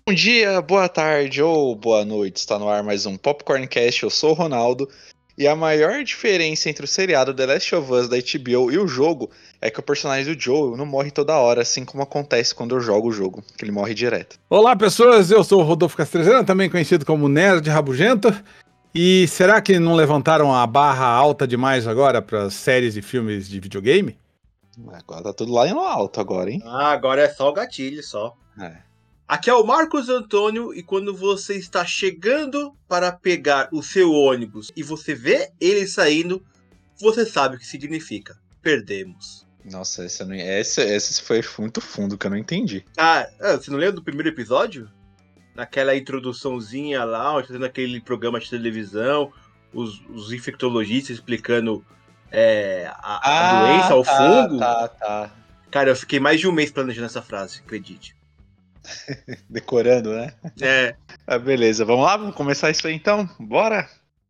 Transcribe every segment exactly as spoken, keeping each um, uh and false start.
Bom dia, boa tarde ou boa noite. Está no ar mais um Popcorncast. Eu sou o Ronaldo. E a maior diferença entre o seriado The Last of Us da H B O e o jogo é que o personagem do Joel não morre toda hora, assim como acontece quando eu jogo o jogo, que ele morre direto. Olá, pessoas, eu sou o Rodolfo Castrezana, também conhecido como Nerd Rabugento. E será que não levantaram a barra alta demais agora para séries e filmes de videogame? Agora tá tudo lá no alto agora, hein? Ah, agora é só o gatilho, só. É. Aqui é o Marcos Antônio e quando você está chegando para pegar o seu ônibus e você vê ele saindo, você sabe o que significa. Perdemos. Nossa, esse, eu não... esse, esse foi muito fundo que eu não entendi. Ah, você não lembra do primeiro episódio? Naquela introduçãozinha lá, onde tá tendo aquele programa de televisão, os, os infectologistas explicando é, a, a Ah, doença, o tá, fungo. tá, tá. Cara, eu fiquei mais de um mês planejando essa frase, acredite. Decorando, né? É. Ah, beleza, vamos lá? Vamos começar isso aí então? Bora?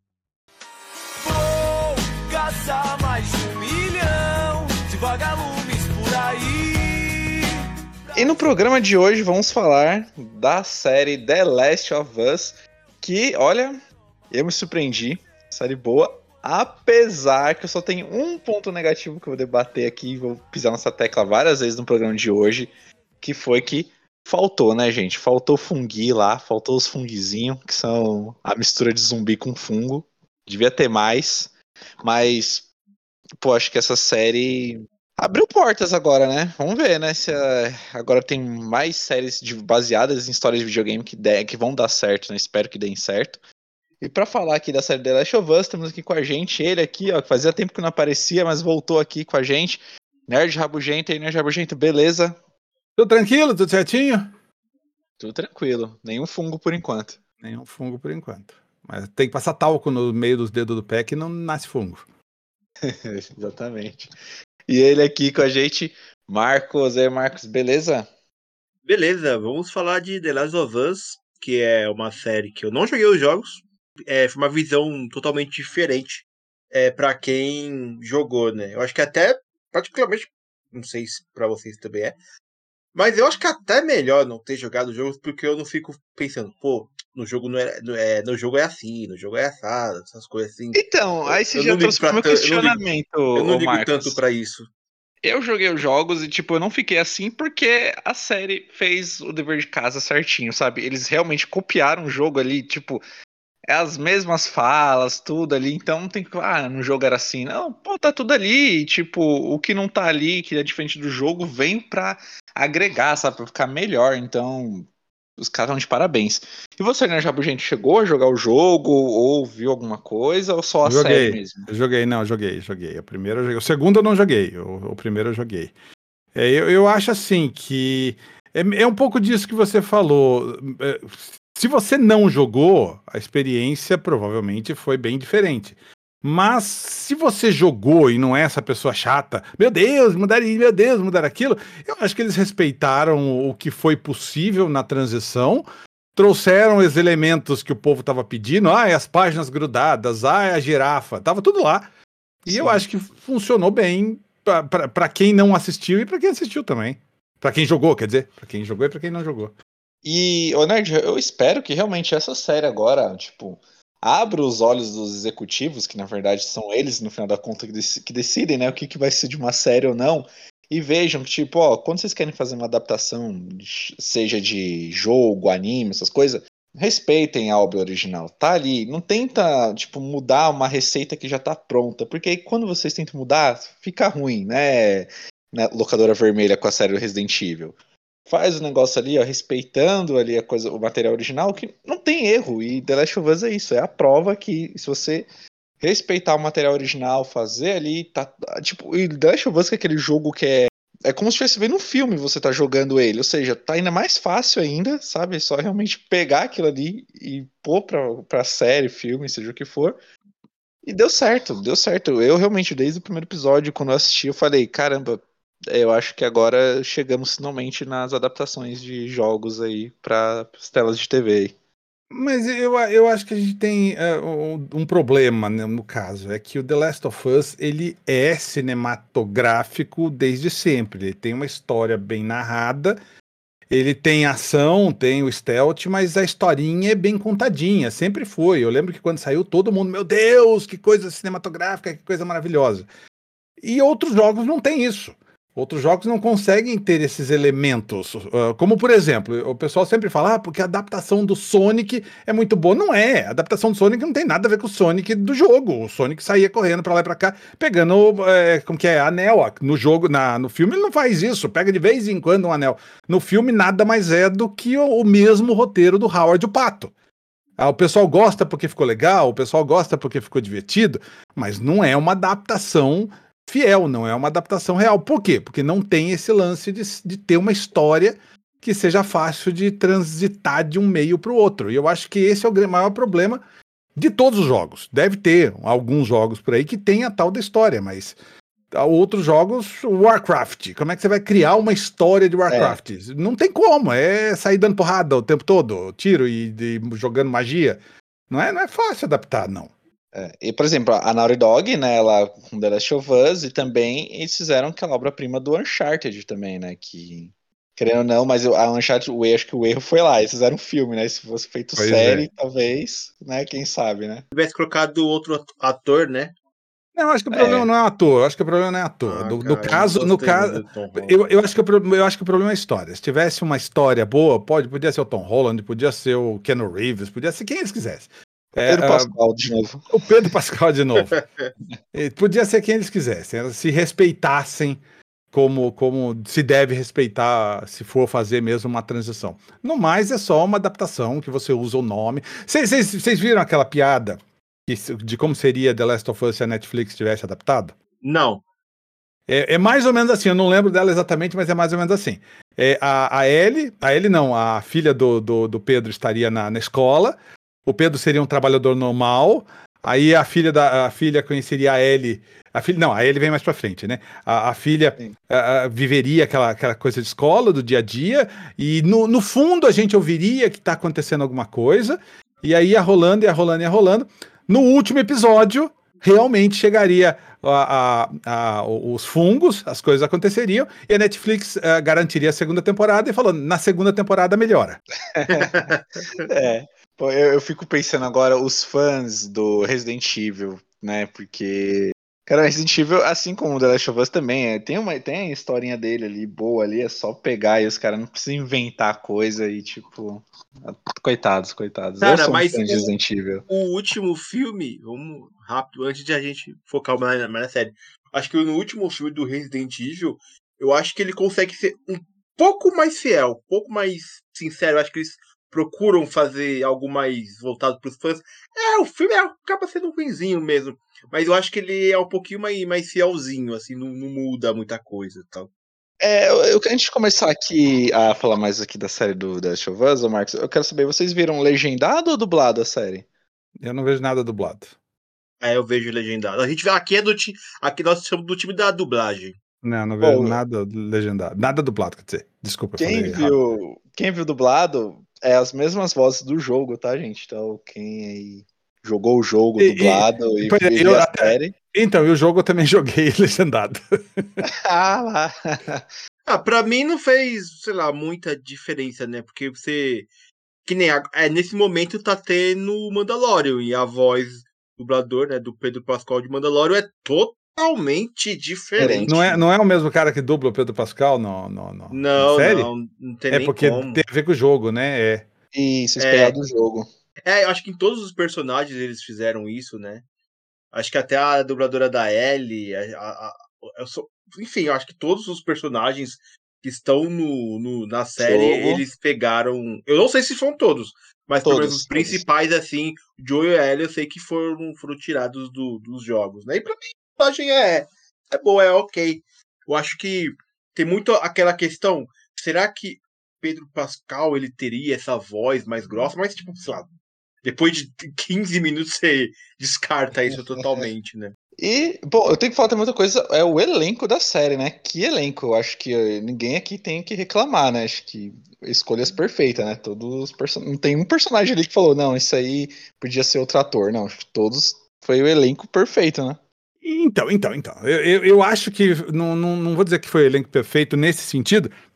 Vou caçar mais de um milhão de vagalumes por aí. E no programa de hoje vamos falar da série The Last of Us, que, olha, eu me surpreendi, série boa, apesar que eu só tenho um ponto negativo que eu vou debater aqui, vou pisar nessa tecla várias vezes no programa de hoje, que foi que faltou, né, gente? Faltou fungi lá, faltou os funguizinhos, que são a mistura de zumbi com fungo. Devia ter mais, mas, pô, acho que essa série abriu portas agora, né? Vamos ver, né? Se uh, agora tem mais séries de, baseadas em histórias de videogame que, de, que vão dar certo, né? Espero que deem certo. E pra falar aqui da série The Last of Us, temos aqui com a gente ele aqui, ó, que fazia tempo que não aparecia, mas voltou aqui com a gente. Nerd Rabugento e Nerd Rabugento, beleza? Tudo tranquilo? Tudo certinho? Tudo tranquilo. Nenhum fungo por enquanto. Nenhum fungo por enquanto. Mas tem que passar talco no meio dos dedos do pé que não nasce fungo. Exatamente. E ele aqui com a gente, Marcos. E aí, Marcos, beleza? Beleza, vamos falar de The Last of Us, que é uma série que eu não joguei os jogos. É, foi uma visão totalmente diferente é, para quem jogou, né? Eu acho que até, particularmente, não sei se pra vocês também é, mas eu acho que até melhor não ter jogado os jogos, porque eu não fico pensando, pô, no jogo não é, no, é, no jogo é assim, no jogo é assado, essas coisas assim. Então, aí Eu, você eu já não ligo trouxe pro pra meu tanto, eu não ligo, questionamento, eu não ô ligo Marcos. tanto pra isso. Eu joguei os jogos e, tipo, eu não fiquei assim porque a série fez o dever de casa certinho, sabe? Eles realmente copiaram o jogo ali, tipo, é as mesmas falas, tudo ali, então não tem que, ah, no jogo era assim. Não, pô, tá tudo ali, e, tipo, o que não tá ali, que é diferente do jogo, vem pra agregar, sabe? Pra ficar melhor, então os caras estão de parabéns. E você, né, Jabu, gente, chegou a jogar o jogo, ou viu alguma coisa, ou só a série Joguei, mesmo? joguei, não, joguei, joguei. O primeiro eu joguei. O segundo eu não joguei, o, o primeiro eu joguei. É, eu, eu acho assim que é, é um pouco disso que você falou. É, se você não jogou, a experiência provavelmente foi bem diferente. Mas se você jogou e não é essa pessoa chata, meu Deus, mudar isso, meu Deus, mudar aquilo, eu acho que eles respeitaram o que foi possível na transição, trouxeram os elementos que o povo estava pedindo, ah, as páginas grudadas, ah, a girafa, tava tudo lá. E Sim. eu acho que funcionou bem para quem não assistiu e para quem assistiu também. Para quem jogou, quer dizer, para quem jogou e para quem não jogou. E, ô Nerd, eu espero que realmente essa série agora, tipo, abra os olhos dos executivos, que na verdade são eles, no final da conta, que, dec que decidem, né, o que, que vai ser de uma série ou não, e vejam que, tipo, ó, quando vocês querem fazer uma adaptação, seja de jogo, anime, essas coisas, respeitem a obra original, tá ali, não tenta, tipo, mudar uma receita que já tá pronta, porque aí quando vocês tentam mudar, fica ruim, né, né locadora vermelha com a série Resident Evil. Faz o negócio ali, ó, respeitando ali a coisa, o material original, que não tem erro. E The Last of Us é isso, é a prova que se você respeitar o material original, fazer ali, tá, tipo, e The Last of Us que é aquele jogo que é é como se estivesse vendo um filme, você tá jogando ele, ou seja, tá ainda mais fácil ainda, sabe? É só realmente pegar aquilo ali e pôr pra, pra série, filme, seja o que for. E deu certo, deu certo. Eu realmente, desde o primeiro episódio, quando eu assisti, eu falei, caramba, eu acho que agora chegamos finalmente nas adaptações de jogos aí para as telas de T V aí. Mas eu, eu acho que a gente tem uh, um, um problema, né, no caso, é que o The Last of Us, ele é cinematográfico desde sempre, ele tem uma história bem narrada, ele tem ação, tem o stealth, mas a historinha é bem contadinha, sempre foi. Eu lembro que quando saiu, todo mundo, meu Deus, que coisa cinematográfica, que coisa maravilhosa. E outros jogos não têm isso. Outros jogos não conseguem ter esses elementos. Uh, como, por exemplo, o pessoal sempre fala, ah, porque a adaptação do Sonic é muito boa. Não é. A adaptação do Sonic não tem nada a ver com o Sonic do jogo. O Sonic saía correndo pra lá e pra cá, pegando, é, como que é, anel. No jogo, na, no filme ele não faz isso. Pega de vez em quando um anel. No filme nada mais é do que o, o mesmo roteiro do Howard o Pato. Ah, o pessoal gosta porque ficou legal, o pessoal gosta porque ficou divertido, mas não é uma adaptação fiel, não é uma adaptação real. Por quê? Porque não tem esse lance de, de ter uma história que seja fácil de transitar de um meio para o outro. E eu acho que esse é o maior problema de todos os jogos. Deve ter alguns jogos por aí que tem a tal da história, mas outros jogos, Warcraft. Como é que você vai criar uma história de Warcraft? É. Não tem como, é sair dando porrada o tempo todo, tiro e, e jogando magia. Não é, não é fácil adaptar, não. É, e, por exemplo, a Naughty Dog, né, ela com The Last of Us, e também eles fizeram aquela obra-prima do Uncharted também, né, que, querendo ou não, mas a Uncharted, o, acho que o erro foi lá, eles fizeram um filme, né, se fosse feito pois série, é. talvez, né, quem sabe, né. Se tivesse colocado outro ator, né. Não, acho que o problema é. não é o ator, eu acho que o problema não é ator. Ah, no, cara, no caso, no caso, eu, eu, acho que o, eu acho que o problema é a história. Se tivesse uma história boa, pode, podia ser o Tom Holland, podia ser o Keanu Reeves, podia ser quem eles quisessem. É, Pedro Pascal uh, de novo. O Pedro Pascal de novo. Podia ser quem eles quisessem, se respeitassem como, como se deve respeitar se for fazer mesmo uma transição. No mais, é só uma adaptação que você usa o nome. Vocês viram aquela piada de como seria The Last of Us se a Netflix tivesse adaptado? Não. É, é mais ou menos assim, eu não lembro dela exatamente, mas é mais ou menos assim. É, a, a Ellie, a Ellie não, a filha do, do, do Pedro estaria na, na escola, o Pedro seria um trabalhador normal, aí a filha, da, a filha conheceria a Ellie, a filha, não, a Ellie vem mais pra frente, né? A, a filha a, a, viveria aquela, aquela coisa de escola, do dia a dia, e no, no fundo a gente ouviria que tá acontecendo alguma coisa, e aí ia rolando, ia rolando, ia rolando. No último episódio, realmente chegaria a, a, a, os fungos, as coisas aconteceriam, e a Netflix uh, garantiria a segunda temporada e falou, na segunda temporada melhora. É, pô, eu, eu fico pensando agora, os fãs do Resident Evil, né, porque... Cara, Resident Evil, assim como o The Last of Us também, é, tem, uma, tem a historinha dele ali, boa ali, é só pegar e os caras não precisam inventar coisa e, tipo... Coitados, coitados. Cara, eu sou mas um fã de Resident Evil. O último filme, vamos rápido, antes de a gente focar mais na, mais na série, acho que no último filme do Resident Evil, eu acho que ele consegue ser um pouco mais fiel, um pouco mais sincero, eu acho que eles procuram fazer algo mais voltado pros fãs. É, o filme é, acaba sendo ruinzinho mesmo, mas eu acho que ele é um pouquinho mais, mais fielzinho, assim, não, não muda muita coisa e tal. É, eu, antes de começar aqui a falar mais aqui da série do The Last of Us, ô Marcos, eu quero saber, vocês viram legendado ou dublado a série? Eu não vejo nada dublado. É, eu vejo legendado. A gente aqui é do time, aqui nós somos do time da dublagem. Não, não vejo Pô, nada legendado, nada dublado, quer dizer, desculpa, quem falei viu, errado. Quem viu dublado é as mesmas vozes do jogo, tá, gente? Então, quem aí jogou o jogo e, dublado e, e viu a série... Então, e o jogo eu também joguei legendado. Ah, lá. Ah, pra mim não fez, sei lá, muita diferença, né? Porque você... Que nem... A, é, nesse momento tá tendo o Mandalorian. E a voz do dublador, né? Do Pedro Pascal de Mandalorian é totalmente diferente. Não é, não é o mesmo cara que dubla o Pedro Pascal no, no, no, não, na série? Não, não tem é nem porque como. tem a ver com o jogo, né? É. Isso, esperar é, do jogo. É, eu acho que em todos os personagens eles fizeram isso, né? Acho que até a dubladora da Ellie, a, a, a, eu sou, enfim, eu acho que todos os personagens que estão no, no, na série, jogo. Eles pegaram... Eu não sei se foram todos, mas todos, pelo menos os principais, todos. Assim, Joel e Ellie, eu sei que foram, foram tirados do, dos jogos, né? E pra mim, a personagem é, é boa, é ok. Eu acho que tem muito aquela questão, será que Pedro Pascal, ele teria essa voz mais grossa? Mas, tipo, sei lá, depois de quinze minutos você descarta isso totalmente, né? E, bom, eu tenho que falar também outra coisa, é o elenco da série, né? Que elenco, eu acho que ninguém aqui tem que reclamar, né? Acho que escolhas perfeitas, né? Todos person... Não tem um personagem ali que falou, não, isso aí podia ser outro ator, não. Acho que todos foi o elenco perfeito, né? Então, então, então. Eu, eu, eu acho que, não, não, não vou dizer que foi o elenco perfeito nesse sentido,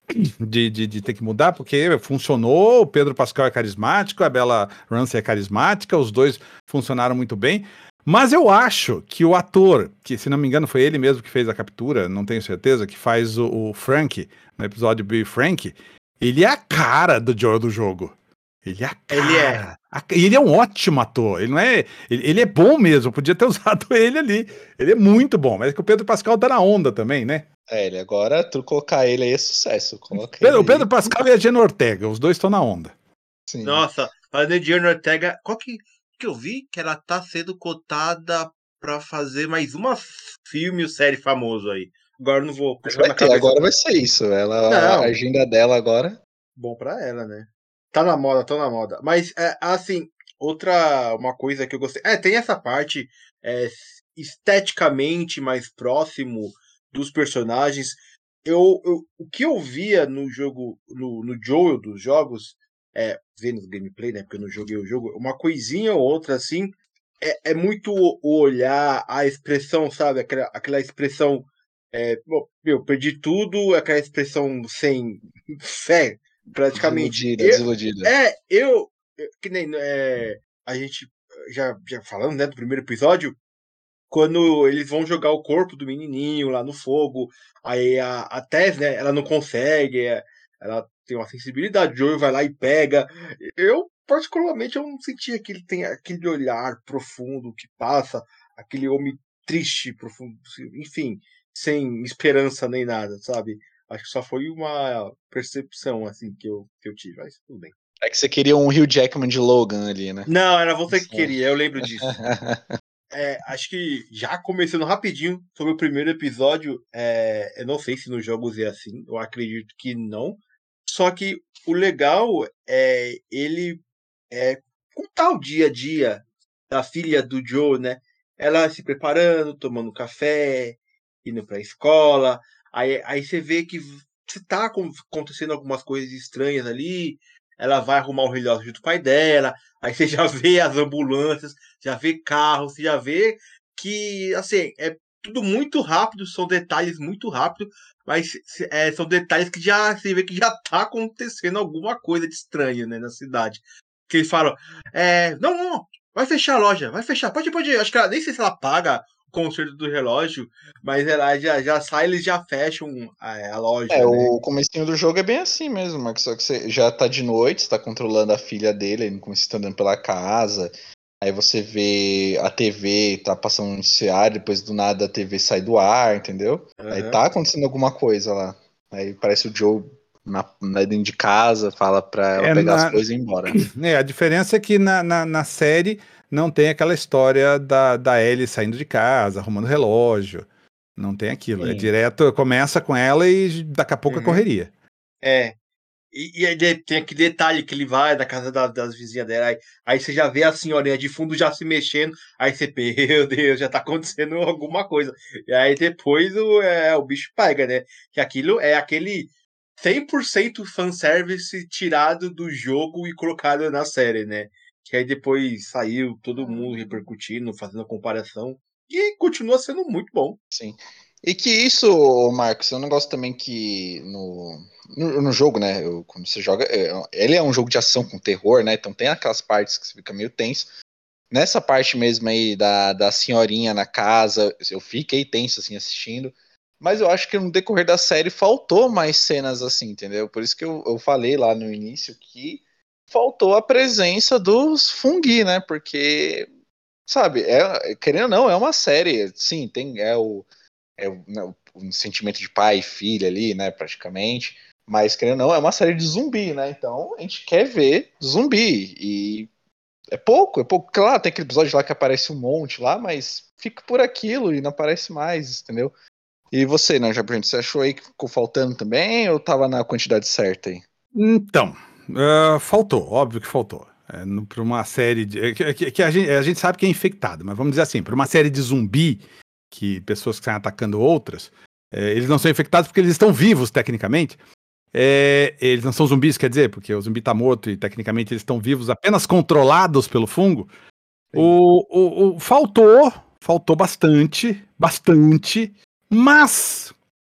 de, de, de ter que mudar, porque funcionou, o Pedro Pascal é carismático, a Bella Ramsey é carismática, os dois funcionaram muito bem, mas eu acho que o ator, que se não me engano foi ele mesmo que fez a captura, não tenho certeza, que faz o, o Frank, no episódio Bill e Frank, ele é a cara do Joel do jogo. Ele é a cara. Ele é. A- ele é um ótimo ator. Ele não é. Ele, ele é bom mesmo. Podia ter usado ele ali. Ele é muito bom. Mas é que o Pedro Pascal tá na onda também, né? É, ele agora, tu colocar ele aí é sucesso. Coloca Pedro, ele o Pedro aí. Pascal e a Jenna Ortega. Os dois estão na onda. Sim. Nossa, falando de Jenna Ortega, qual que, que eu vi que ela tá sendo cotada pra fazer mais uma filme ou série famoso aí. Agora eu não vou Mas puxar na vai ter, cabeça. agora vai ser isso. Ela, Não. a agenda dela agora. Bom pra ela, né? Tá na moda, tá na moda. Mas, é, assim, outra uma coisa que eu gostei. É, tem essa parte é, esteticamente mais próximo dos personagens. Eu, eu, o que eu via no jogo, no, no Joel dos jogos, é, vendo o gameplay, né? Porque eu não joguei o jogo, uma coisinha ou outra, assim, é, é muito o olhar, a expressão, sabe? Aquela, aquela expressão. É, bom, meu, perdi tudo, aquela expressão sem fé, praticamente. Desiludida, Eu, desiludida. é, eu, eu- que nem é, a gente já, já falando, né, do primeiro episódio, quando eles vão jogar o corpo do menininho lá no fogo, aí a, a Tess, né, ela não consegue, é, ela tem uma sensibilidade, o Joel vai lá e pega. Eu, particularmente, eu não sentia que ele tem aquele olhar profundo que passa, aquele homem triste, profundo, enfim, sem esperança nem nada, sabe? Acho que só foi uma percepção, assim, que eu, que eu tive, mas tudo bem. É que você queria um Hugh Jackman de Logan ali, né? Não, era você que queria, eu lembro disso. É, acho que já começando rapidinho sobre o primeiro episódio, é, eu não sei se nos jogos é assim, eu acredito que não. Só que o legal é ele é, contar o dia a dia da filha do Joe, né? Ela se preparando, tomando café, indo pra escola. Aí, aí você vê que tá acontecendo algumas coisas estranhas ali. Ela vai arrumar o relógio do pai dela. Aí você já vê as ambulâncias, já vê carros, você já vê que, assim, é tudo muito rápido, são detalhes muito rápidos, mas é, são detalhes que já você vê que já tá acontecendo alguma coisa de estranho, né, na cidade. Que eles falam, é, não, não, vai fechar a loja, vai fechar, pode, pode, acho que ela, nem sei se ela paga o conserto do relógio, mas ela já, já sai, eles já fecham a, a loja, É, né? o comecinho do jogo é bem assim mesmo, Max. Só que você já tá de noite, você tá controlando a filha dele, aí no começo você tá andando pela casa. Aí você vê a T V, tá passando um noticiário, depois do nada a T V sai do ar, entendeu? Uhum. Aí tá acontecendo alguma coisa lá. Aí parece o Joe na, na dentro de casa, fala pra ela É, pegar na- as coisas e ir embora. É, a diferença é que na, na, na série não tem aquela história da, da Ellie saindo de casa, arrumando relógio. Não tem aquilo. É Sim. direto, começa com ela e daqui a pouco é Uhum. correria. É. E, e aí de- tem aquele detalhe que ele vai da casa da- das vizinhas dela, aí, aí você já vê a senhorinha de fundo já se mexendo, aí você, meu Deus, já tá acontecendo alguma coisa. E aí depois o, é, o bicho pega, né? Que aquilo é aquele cem por cento fanservice tirado do jogo e colocado na série, né? Que aí depois saiu todo mundo repercutindo, fazendo a comparação, e continua sendo muito bom. Sim. E que isso, Marcos, é um negócio também que no, no, no jogo, né? eu- Quando você joga. é, Ele é um jogo de ação com terror, né? Então tem aquelas partes que você fica meio tenso. Nessa parte mesmo aí da, da senhorinha na casa, eu fiquei tenso assim assistindo. Mas eu acho que no decorrer da série faltou mais cenas assim, entendeu? Por isso que eu, eu falei lá no início que faltou a presença dos fungi, né? Porque, sabe, é, querendo ou não, é uma série. Sim, tem é o, é o, né, o sentimento de pai e filha ali, né? Praticamente. Mas, querendo ou não, é uma série de zumbi, né? Então a gente quer ver zumbi. E é pouco, é pouco. Claro, tem aquele episódio lá que aparece um monte lá, mas fica por aquilo e não aparece mais, entendeu? E você, né, Jabrino, você achou aí que ficou faltando também ou tava na quantidade certa aí? Então, ah, faltou, óbvio que faltou. É, para uma série de. é que, que- que a, gente, a gente sabe que é infectado, mas vamos dizer assim, para uma série de zumbi, que pessoas que estão atacando outras, é, eles não são infectados porque eles estão vivos, tecnicamente. É, eles não são zumbis, quer dizer, porque o zumbi tá morto e tecnicamente eles estão vivos, apenas controlados pelo fungo. O, o, o- faltou, faltou bastante, bastante, mas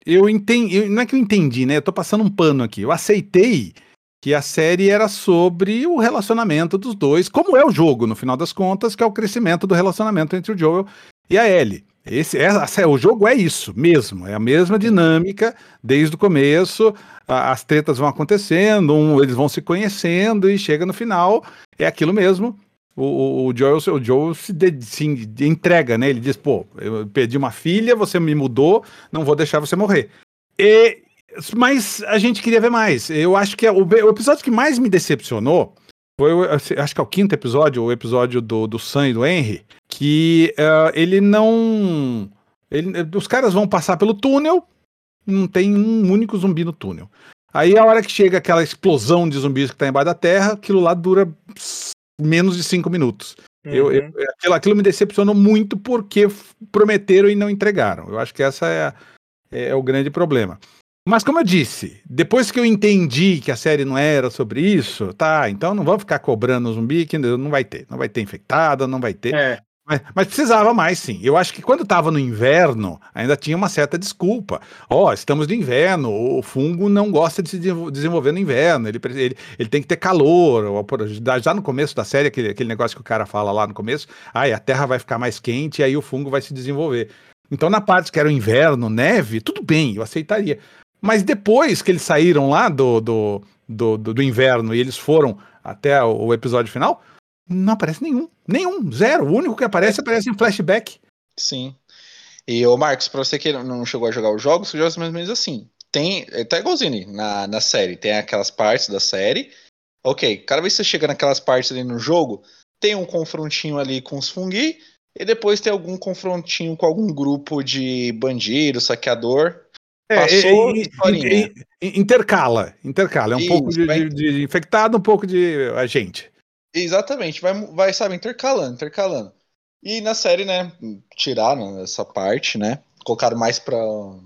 eu entendi, não é que eu entendi, né? Eu tô passando um pano aqui. Eu aceitei que a série era sobre o relacionamento dos dois, como é o jogo, no final das contas, que é o crescimento do relacionamento entre o Joel e a Ellie. Esse, é, a- o jogo é isso mesmo, é a mesma dinâmica desde o começo, a- as tretas vão acontecendo, um, eles vão se conhecendo e chega no final, é aquilo mesmo. O, o, o Joel, o Joel se, de- se entrega, né? Ele diz, pô, eu perdi uma filha, você me mudou, não vou deixar você morrer. E, mas a gente queria ver mais. Eu acho que é o, o episódio que mais me decepcionou foi, o- acho que é o quinto episódio, o episódio do, do Sam e do Henry, que eh, ele não... ele- os caras vão passar pelo túnel, não tem um único zumbi no túnel. Aí a hora que chega aquela explosão de zumbis que tá embaixo da terra, aquilo lá dura pss, menos de cinco minutos. Eu, eu- Uhum. aquilo, aquilo me decepcionou muito porque f- prometeram e não entregaram. Eu acho que essa é, a- é, é o grande problema. Mas como eu disse, depois que eu entendi que a série não era sobre isso, tá, então não vamos ficar cobrando o zumbi, que não vai ter. Não vai ter infectada, não vai ter. É. Mas, mas precisava mais, sim. Eu acho que quando estava no inverno, ainda tinha uma certa desculpa. Ó, estamos no inverno, o fungo não gosta de se desenvol- desenvolver no inverno, ele, pre- ele, ele tem que ter calor. Ou, por- já já no começo da série, aquele, aquele negócio que o cara fala lá no começo, ai, a terra vai ficar mais quente e aí o fungo vai se desenvolver. Então, na parte que era o inverno, neve, tudo bem, eu aceitaria. Mas depois que eles saíram lá do, do, do, do, do inverno e eles foram até o, o episódio final, não aparece nenhum. Nenhum. Zero. O único que aparece aparece em flashback. Sim. E, ô Marcos, pra você que não chegou a jogar os jogos, os jogos mais ou menos assim. Tem, é, tá igualzinho ali na, na série. Tem aquelas partes da série. Ok, cada vez que você chega naquelas partes ali no jogo, tem um confrontinho ali com os fungui, e depois tem algum confrontinho com algum grupo de bandido, saqueador. É, é, Passou, é, historinha. é, é, intercala. Intercala. É um pouco Isso, de, vai, de- de infectado, um pouco de agente. exatamente, vai, vai, sabe, intercalando, intercalando. E na série, né, tiraram essa parte, né, colocaram mais pra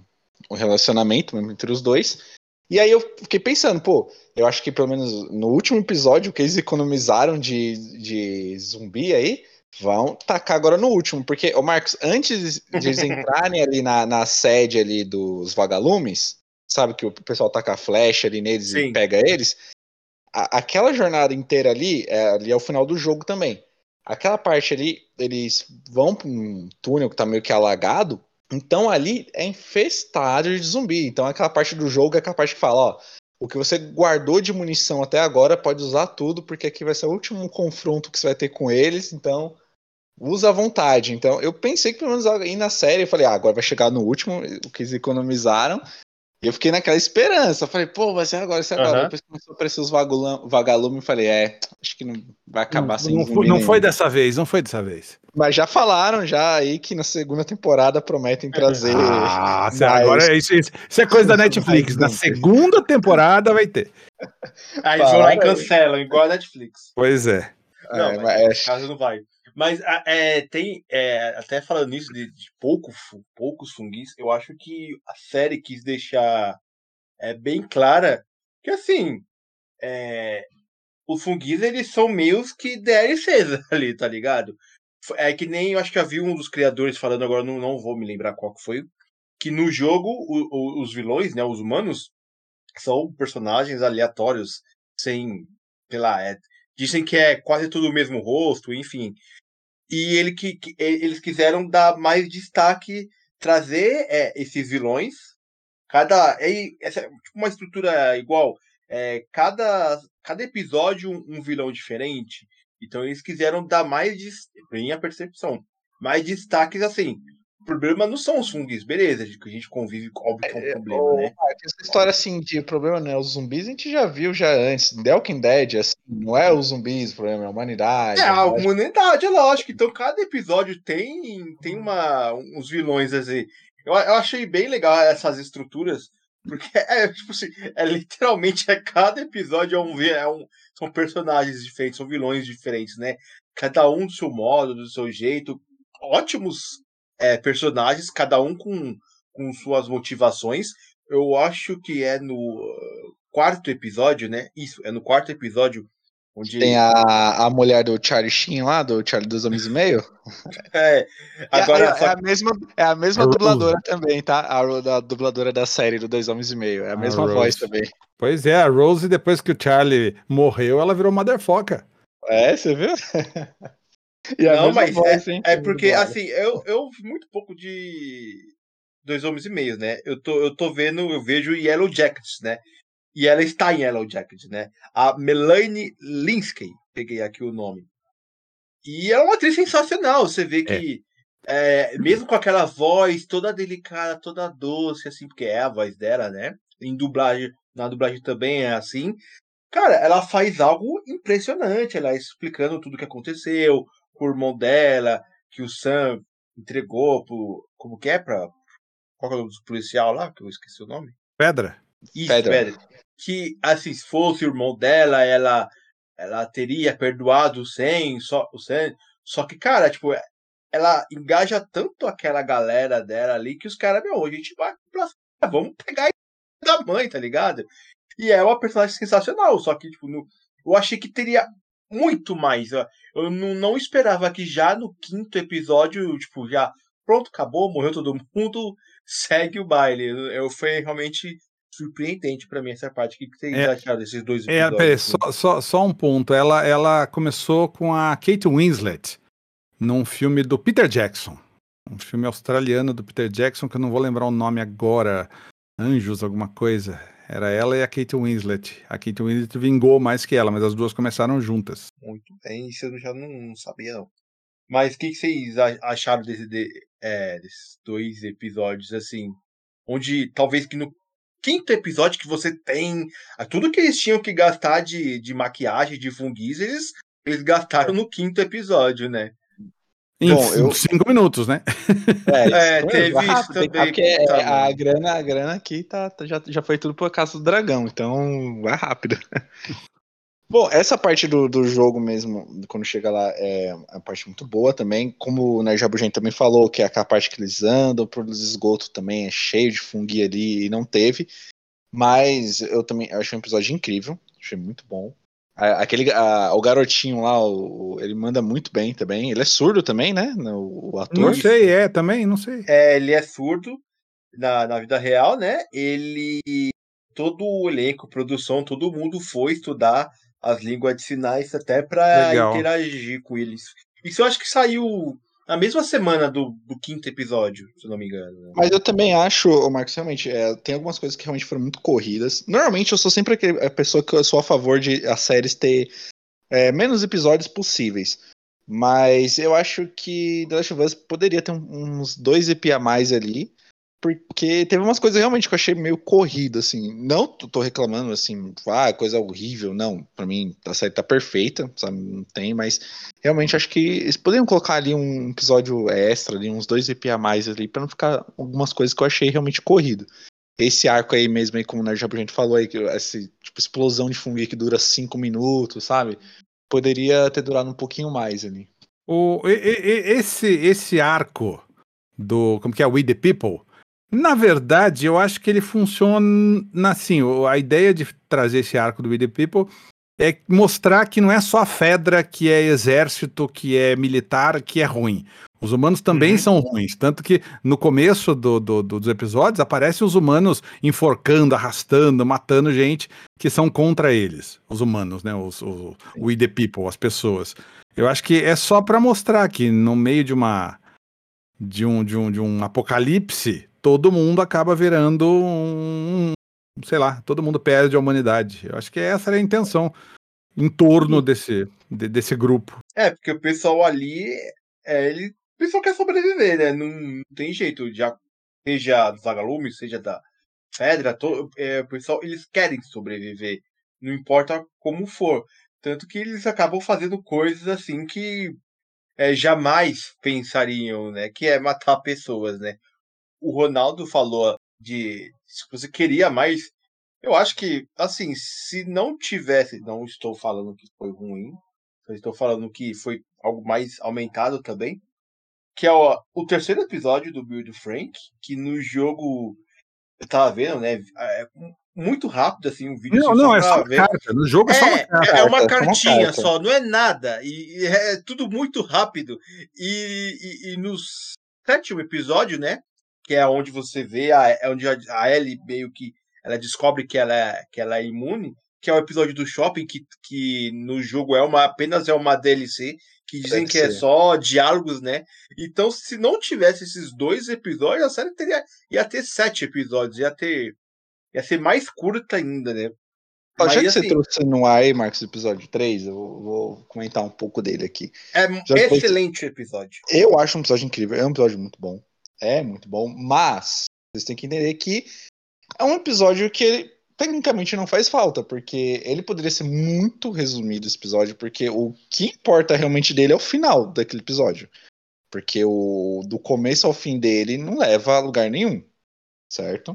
o relacionamento mesmo entre os dois. E aí eu fiquei pensando, pô, eu acho que pelo menos no último episódio, o que eles economizaram de, de zumbi aí, vão tacar agora no último. Porque, ô Marcos, antes de eles entrarem ali na, na sede ali dos vagalumes, sabe que o pessoal taca a flecha ali neles e Sim. pega eles, a- aquela jornada inteira ali, é, ali é o final do jogo também. Aquela parte ali, eles vão para um túnel que tá meio que alagado, então ali é infestado de zumbi. Então aquela parte do jogo é aquela parte que fala, ó, o que você guardou de munição até agora pode usar tudo, porque aqui vai ser o último confronto que você vai ter com eles, então usa à vontade. Então eu pensei que pelo menos aí na série, eu falei, ah, agora vai chegar no último, o que eles economizaram, e eu fiquei naquela esperança. Eu falei, pô, vai ser agora, vai ser agora. Aham. Depois começou a aparecer os vagalumes, vagalume, eu falei, é, acho que não vai Não, acabar sem não, foi, zumbi não foi nenhum. dessa vez, não foi dessa vez. Mas já falaram já aí que na segunda temporada prometem trazer Ah, cê- mais, agora é isso, isso, isso é coisa da mais Netflix. Na zumbi. segunda temporada vai ter. Aí eles vão lá e Falaram aí. cancelam, igual a Netflix. Pois é. Não, É, mas mas nesse é- caso não vai. Mas a- é, tem, é, até falando nisso de, de pouco, fu- poucos funguis, eu acho que a série quis deixar é, bem clara que, assim, é, os funguis, eles são meus que D L Cs ali, tá ligado? É que nem, eu acho que eu vi um dos criadores falando, agora não, não vou me lembrar qual que foi, que no jogo o- o- os vilões, né, os humanos, são personagens aleatórios, sem, sei lá, é, dizem que é quase tudo o mesmo rosto, enfim. E ele que, que- e- eles quiseram dar mais destaque, trazer é, esses vilões. Cada. É, essa, é tipo uma estrutura igual. É, cada, cada episódio um, um vilão diferente. Então eles quiseram dar mais, des- minha percepção, mais destaques assim. O problema não são os fungos, beleza, que a gente convive, óbvio que é um problema, Ô, né? Marcos, essa história assim de problema não é os zumbis, a gente já viu já antes. The Walking Dead, assim, não é os zumbis o problema, é a humanidade. É, A a humanidade humanidade, é lógico. Então, cada episódio tem, tem uma, uns vilões, assim. Eu, eu achei bem legal essas estruturas, porque é, tipo assim, é literalmente é, cada episódio é um, vi- é um, são personagens diferentes, são vilões diferentes, né? Cada um do seu modo, do seu jeito. Ótimos é, personagens, cada um com, com suas motivações. Eu acho que é no uh, quarto episódio, né? Isso, é no quarto episódio Onde Tem a, a mulher do Charlie Sheen lá, do Charlie dos Homens e Meio. é, É, agora é, é só a mesma, é a mesma A Rose. dubladora também, tá? A, ro- da dubladora da série do Dois Homens e Meio. É a A mesma voz Rose. também. Pois é, a Rose, depois que o Charlie morreu, ela virou motherfucker. É, você viu? E é a não, mesma mas é, voz, hein? é que porque dublada. assim, eu eu vi muito pouco de Dois Homens e Meio, né? Eu tô eu tô vendo, eu vejo Yellow Jackets, né? E ela está em Yellow Jackets, né? A Melanie Linsky, peguei aqui o nome. E ela é uma atriz sensacional. Você vê É. que, é, mesmo com aquela voz toda delicada, toda doce, assim, porque é a voz dela, né? Em dublagem, na dublagem também é assim. Cara, ela faz algo impressionante. Ela explicando tudo o que aconteceu, com o irmão dela, que o Sam entregou pro. Como que é? Pra, qual que é o nome do policial lá? Que eu esqueci o nome. Pedra. Isso, Federer. velho. Que, assim, se fosse o irmão dela, ela, ela teria perdoado o Sam, só, o Sam. Só que, cara, tipo, ela engaja tanto aquela galera dela ali que os caras, meu, a gente vai pra, vamos pegar da mãe, tá ligado? E é uma personagem sensacional, só que, tipo, no, eu achei que teria muito mais. ó. Eu não, não esperava que já no quinto episódio, tipo, já, pronto, acabou, morreu todo mundo, segue o baile. Eu, eu foi realmente surpreendente pra mim essa parte. O que, que vocês É, acharam desses dois é, peraí, episódios? só, Assim? só, só um ponto. Ela, ela começou com a Kate Winslet num filme do Peter Jackson. Um filme australiano do Peter Jackson, que eu não vou lembrar o nome agora. Anjos, alguma coisa. Era ela e a Kate Winslet. A Kate Winslet vingou mais que ela, mas as duas começaram juntas. Muito bem, isso eu já não, não sabia, não. Mas o que, que vocês a- acharam desse, de- é, desses dois episódios, assim? Onde talvez que no quinto episódio que você tem a- tudo que eles tinham que gastar de, de maquiagem, de funguis, eles, eles gastaram no quinto episódio, né? Em Bom, c- eu. cinco minutos, né? É, isso É, mesmo, vai teve isso rápido, hein? Ah, também, porque puta, é, a mano. grana, a grana aqui tá, tá- já, já foi tudo por causa do dragão, então vai rápido. Bom, essa parte do, do jogo mesmo, quando chega lá, é uma parte muito boa também. Como o Nerd Rabugento também falou, que é aquela parte que eles andam, por esgoto também é cheio de fungi ali e não teve. Mas eu também eu achei um episódio incrível, achei muito bom. A- Aquele, a- o garotinho lá, o- o- ele manda muito bem também. Ele é surdo também, né? O, o Não ator. Isso. sei, é, também, não sei. É, ele é surdo na, na vida real, né? Ele, todo o elenco, produção, todo mundo foi estudar as línguas de sinais até pra Legal. interagir com eles. Isso eu acho que saiu na mesma semana do, do quinto episódio, se eu não me engano. né? Mas eu também acho, ô Marcos, realmente, é, tem algumas coisas que realmente foram muito corridas. Normalmente eu sou sempre aquele- a pessoa que eu sou a favor de as séries ter é, menos episódios possíveis. Mas eu acho que The Last of Us poderia ter um- uns dois E P a mais ali. Porque teve umas coisas realmente que eu achei meio corrida, assim. Não t- tô reclamando, assim, ah, coisa horrível. Não, pra mim a série tá perfeita, sabe? Não tem, mas realmente acho que eles poderiam colocar ali um episódio extra, ali, uns dois E P a mais ali, pra não ficar algumas coisas que eu achei realmente corrido. Esse arco aí mesmo, aí, como o Nerd Jabu, a gente falou aí, que essa tipo, explosão de fungo que dura cinco minutos, sabe? Poderia ter durado um pouquinho mais ali. O, e- e- e- esse, esse arco do. Como que é? We the People? Na verdade, eu acho que ele funciona assim. o- A ideia de trazer esse arco do We the People é mostrar que não é só a Fedra que é exército, que é militar, que é ruim. Os humanos também Uhum. são ruins. Tanto que no começo do- do- do- dos episódios aparecem os humanos enforcando, arrastando, matando gente que são contra eles. Os humanos, né? Os, os We the People, as pessoas. Eu acho que é só para mostrar que no meio de uma de um, de um, de um apocalipse, todo mundo acaba virando um, sei lá, todo mundo perde a humanidade. Eu acho que essa era a intenção em torno desse, de- desse grupo. É, porque o pessoal ali, é, ele, o pessoal quer sobreviver, né? Não, não tem jeito, já, seja dos vagalumes, seja da Fedra, to, é, o pessoal, eles querem sobreviver, não importa como for. Tanto que eles acabam fazendo coisas assim que é, jamais pensariam, né? Que é matar pessoas, né? O Ronaldo falou de se você queria mais. Eu acho que, assim, se não tivesse, não estou falando que foi ruim, eu estou falando que foi algo mais aumentado também, que é o, o terceiro episódio do Build Frank, que no jogo eu tava vendo, né? é, muito rápido, assim, um vídeo Não, assim, só não, é só pra uma ver. carta. No jogo é só uma É, carta. é uma Carta, é uma cartinha carta. só, não é nada. E, e é tudo muito rápido. E, e, e no sétimo episódio, né? Que é onde você vê, a, é onde a, a Ellie meio que ela descobre que ela, é, que ela é imune, que é o episódio do shopping, que, que no jogo é uma, apenas é uma D L C, que dizem Deve que é ser. só diálogos, né? Então, se não tivesse esses dois episódios, a série teria, ia ter sete episódios, ia ter. Ia ser mais curta ainda, né? Ó, já Mas que você assim, trouxe no ar, Marcos, o episódio três, eu vou, vou comentar um pouco dele aqui. é Já três, excelente o episódio. eu acho um episódio incrível, é um episódio muito bom. É muito bom, mas vocês têm que entender que é um episódio que ele tecnicamente não faz falta, porque ele poderia ser muito resumido esse episódio, porque o que importa realmente dele é o final daquele episódio. Porque o do começo ao fim dele não leva a lugar nenhum, certo?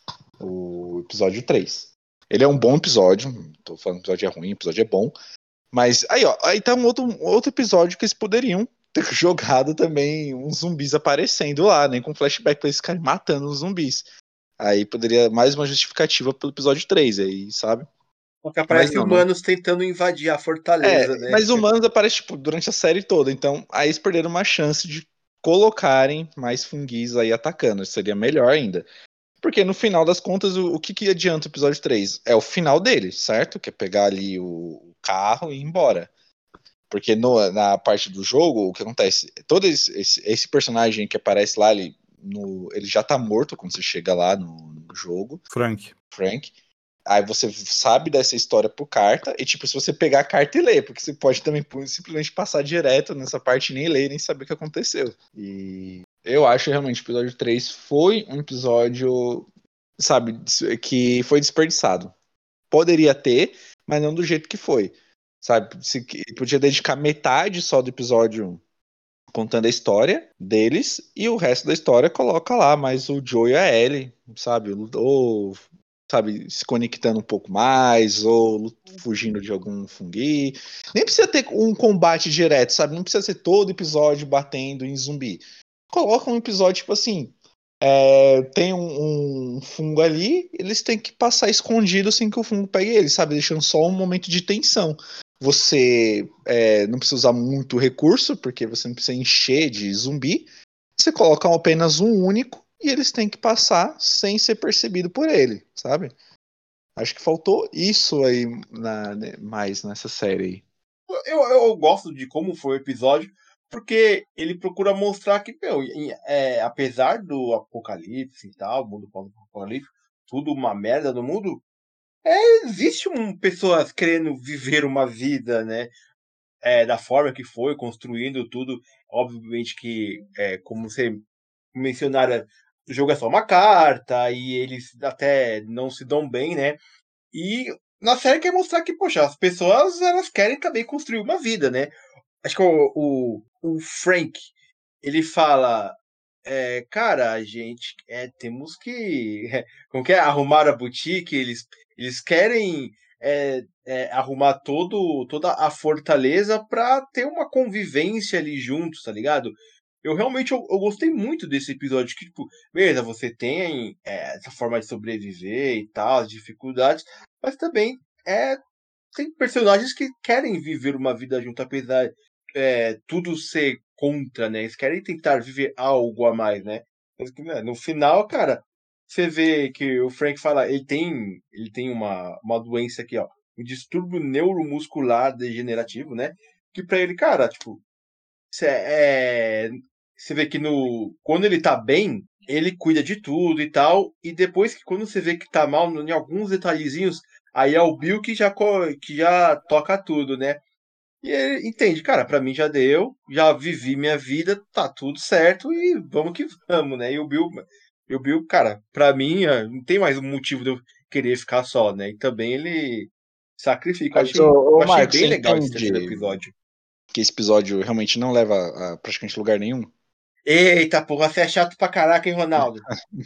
O episódio três. Ele é um bom episódio, não tô falando que o episódio é ruim, o episódio é bom. Mas aí, ó, aí tá um outro, um outro episódio que eles poderiam ter jogado também uns zumbis aparecendo lá, nem com flashback pra eles ficarem matando os zumbis. Aí poderia mais uma justificativa pelo episódio três aí, sabe? Porque Mas aparece não, não. humanos tentando invadir a fortaleza, É, né? mas humanos aparecem tipo, durante a série toda, então aí eles perderam uma chance de colocarem mais funguis aí atacando, seria melhor ainda. Porque no final das contas, o, o que, que adianta o episódio três? É o final dele, certo? Que é pegar ali o carro e ir embora. Porque no, na parte do jogo, o que acontece? Todo esse, esse, esse personagem que aparece lá, ele, no, ele já tá morto quando você chega lá no, no jogo. Frank. Frank. Aí você sabe dessa história por carta, e tipo, se você pegar a carta e ler, porque você pode também simplesmente passar direto nessa parte e nem ler, nem saber o que aconteceu. E eu acho realmente que o episódio três foi um episódio, sabe, que foi desperdiçado. Poderia ter, mas não do jeito que foi. Sabe, se podia dedicar metade só do episódio contando a história deles, e o resto da história coloca lá, mas o Joe e a Ellie, sabe, ou sabe, se conectando um pouco mais, ou fugindo de algum fungui. Nem precisa ter um combate direto, sabe? Não precisa ser todo episódio batendo em zumbi. Coloca um episódio, tipo assim, é, tem um, um fungo ali, eles têm que passar escondido sem que o fungo pegue eles, sabe? Deixando só um momento de tensão. Você é, não precisa usar muito recurso, porque você não precisa encher de zumbi. Você coloca apenas um único e eles têm que passar sem ser percebido por ele, sabe? Acho que faltou isso aí na, mais nessa série aí. Eu, eu gosto de como foi o episódio, porque ele procura mostrar que, meu, é, apesar do apocalipse e tal, mundo pós-apocalipse, tudo uma merda no mundo, é, existe um, pessoas querendo viver uma vida, né? É, da forma que foi, construindo tudo. Obviamente que, é, como você mencionaram, o jogo é só uma carta, e eles até não se dão bem, né? E na série quer mostrar que, poxa, as pessoas elas querem também construir uma vida, né? Acho que o, o, o Frank, ele fala, é, cara, a gente é, temos que é, como que é? Arrumar a boutique, eles, eles querem é, é, arrumar todo, toda a fortaleza pra ter uma convivência ali juntos, tá ligado? Eu realmente eu, eu gostei muito desse episódio, que, tipo, beleza, você tem é, essa forma de sobreviver e tal, as dificuldades, mas também é, tem personagens que querem viver uma vida junto, apesar é, tudo ser contra, né? Eles querem tentar viver algo a mais, né? Mas que, né, no final, cara, você vê que o Frank fala, ele tem, ele tem uma, uma doença aqui, ó, um distúrbio neuromuscular degenerativo, né? Que pra ele, cara, tipo, você é, você vê que no quando ele tá bem, ele cuida de tudo e tal, e depois que quando você vê que tá mal em alguns detalhezinhos, aí é o Bill que já co- que já toca tudo, né? E ele entende, cara, pra mim já deu, já vivi minha vida, tá tudo certo e vamos que vamos, né? E o Bill, e o Bill, cara, pra mim eh, não tem mais um motivo de eu querer ficar só, né? E também ele sacrifica. Eu Mas, achei, ô, eu ô achei Marcos, bem você legal esse terceiro entende episódio. que esse episódio realmente não leva a praticamente lugar nenhum? Eita, porra, você é chato pra caraca, hein, Ronaldo?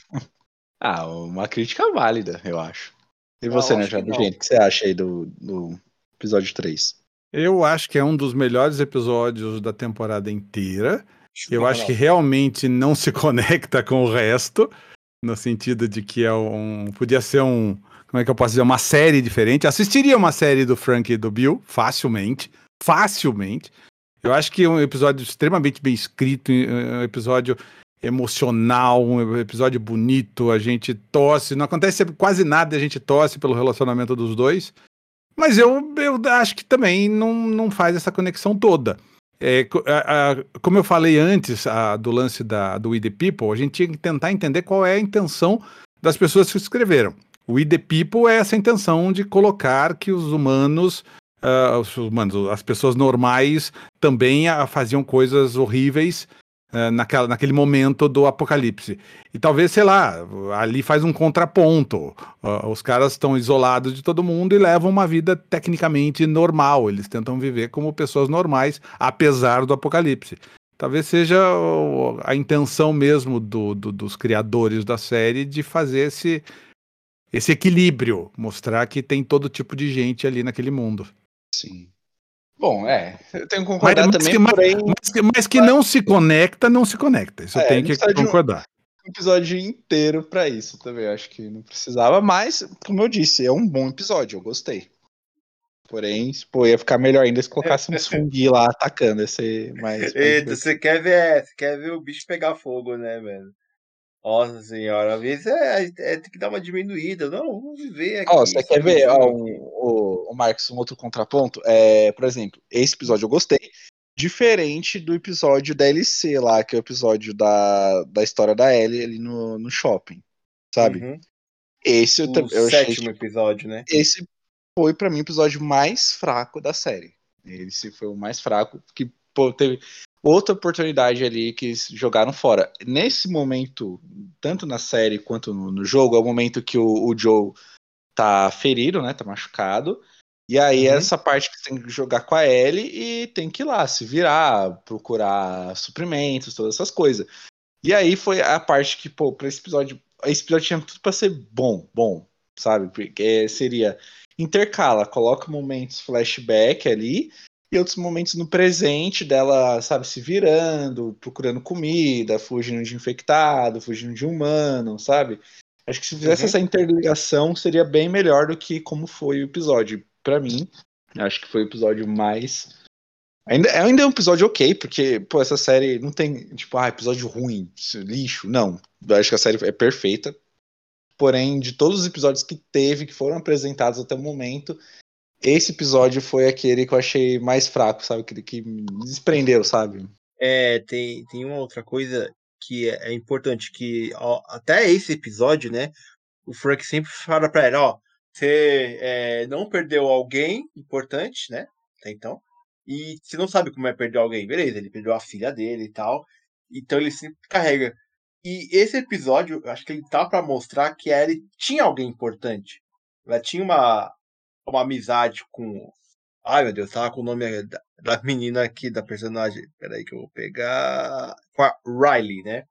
Ah, uma crítica válida, eu acho. E Não, você, né, acho que Jado? não. Gente, o que você acha aí do, do episódio três? Eu acho que é um dos melhores episódios da temporada inteira. Chupa, Eu acho que Ronaldo. realmente não se conecta com o resto, no sentido de que é um. Podia ser um. como é que eu posso dizer, uma série diferente. Assistiria uma série do Frank e do Bill, facilmente, facilmente. Eu acho que é um episódio extremamente bem escrito, um episódio emocional, um episódio bonito, a gente torce, não acontece quase nada, a gente torce pelo relacionamento dos dois, mas eu, eu acho que também não, não faz essa conexão toda. É, a, a, como eu falei antes a, do lance da, do We The People, a gente tinha que tentar entender qual é a intenção das pessoas que escreveram. O We The People é essa intenção de colocar que os humanos, uh, os humanos, as pessoas normais também uh, faziam coisas horríveis uh, naquela, naquele momento do apocalipse. E talvez, sei lá, ali faz um contraponto. Uh, os caras estão isolados de todo mundo e levam uma vida tecnicamente normal. Eles tentam viver como pessoas normais, apesar do apocalipse. Talvez seja a intenção mesmo do, do, dos criadores da série de fazer esse, esse equilíbrio, mostrar que tem todo tipo de gente ali naquele mundo. Sim. Bom, é, eu tenho que Mas, concordar mas também, que, mas, porém... mas que, mas que não se conecta, não se conecta. Isso eu É, tenho não que precisa de um- concordar. um episódio inteiro pra isso também. Eu acho que não precisava, mas, como eu disse, é um bom episódio, eu gostei. Porém, pô, ia ficar melhor ainda se colocasse uns fungui lá atacando, ia ser mais, mais Eita, divertido. você quer ver, você quer ver o bicho pegar fogo, né, velho? Nossa senhora, às vezes é, é, tem que dar uma diminuída. Não, vamos viver aqui, Ó, você quer ver ó, sabizinho um, aqui. o, o Marcos, um outro contraponto? É, por exemplo, esse episódio eu gostei, diferente do episódio da L C lá, que é o episódio da, da história da Ellie ali no, no shopping, sabe? Uhum. Esse eu, O tam- eu achei sétimo que episódio, né? esse foi pra mim o episódio mais fraco da série. Esse foi o mais fraco, que pô, teve outra oportunidade ali que eles jogaram fora. Nesse momento, tanto na série quanto no, no jogo, é o momento que o, o Joe tá ferido, né? Tá machucado. E aí, Uhum. essa parte que tem que jogar com a Ellie e tem que ir lá se virar, procurar suprimentos, todas essas coisas. E aí foi a parte que, pô, pra esse episódio, esse episódio tinha tudo pra ser bom, bom, sabe? Porque seria intercala, coloca momentos flashback ali e outros momentos no presente dela, sabe, se virando, procurando comida, fugindo de infectado, fugindo de humano, sabe? Acho que se fizesse Uhum. essa interligação seria bem melhor do que como foi o episódio. Pra mim, acho que foi o episódio mais Ainda, ainda é um episódio ok, porque, pô, essa série não tem, tipo, ah, episódio ruim, lixo. Não. Eu acho que a série é perfeita. Porém, de todos os episódios que teve, que foram apresentados até o momento, esse episódio foi aquele que eu achei mais fraco, sabe? Aquele que me desprendeu, sabe? É, tem, tem uma outra coisa que é, é importante, que ó, até esse episódio, né, o Frank sempre fala pra ela, ó, você é, não perdeu alguém importante, né, até então, e você não sabe como é perder alguém, beleza, ele perdeu a filha dele e tal, então ele sempre carrega. E esse episódio, eu acho que ele tá pra mostrar que a Ellie tinha alguém importante. Ela tinha uma, uma amizade com... Ai, meu Deus, tava com o nome da, da menina aqui, da personagem. Peraí que eu vou pegar. Com a Riley, né?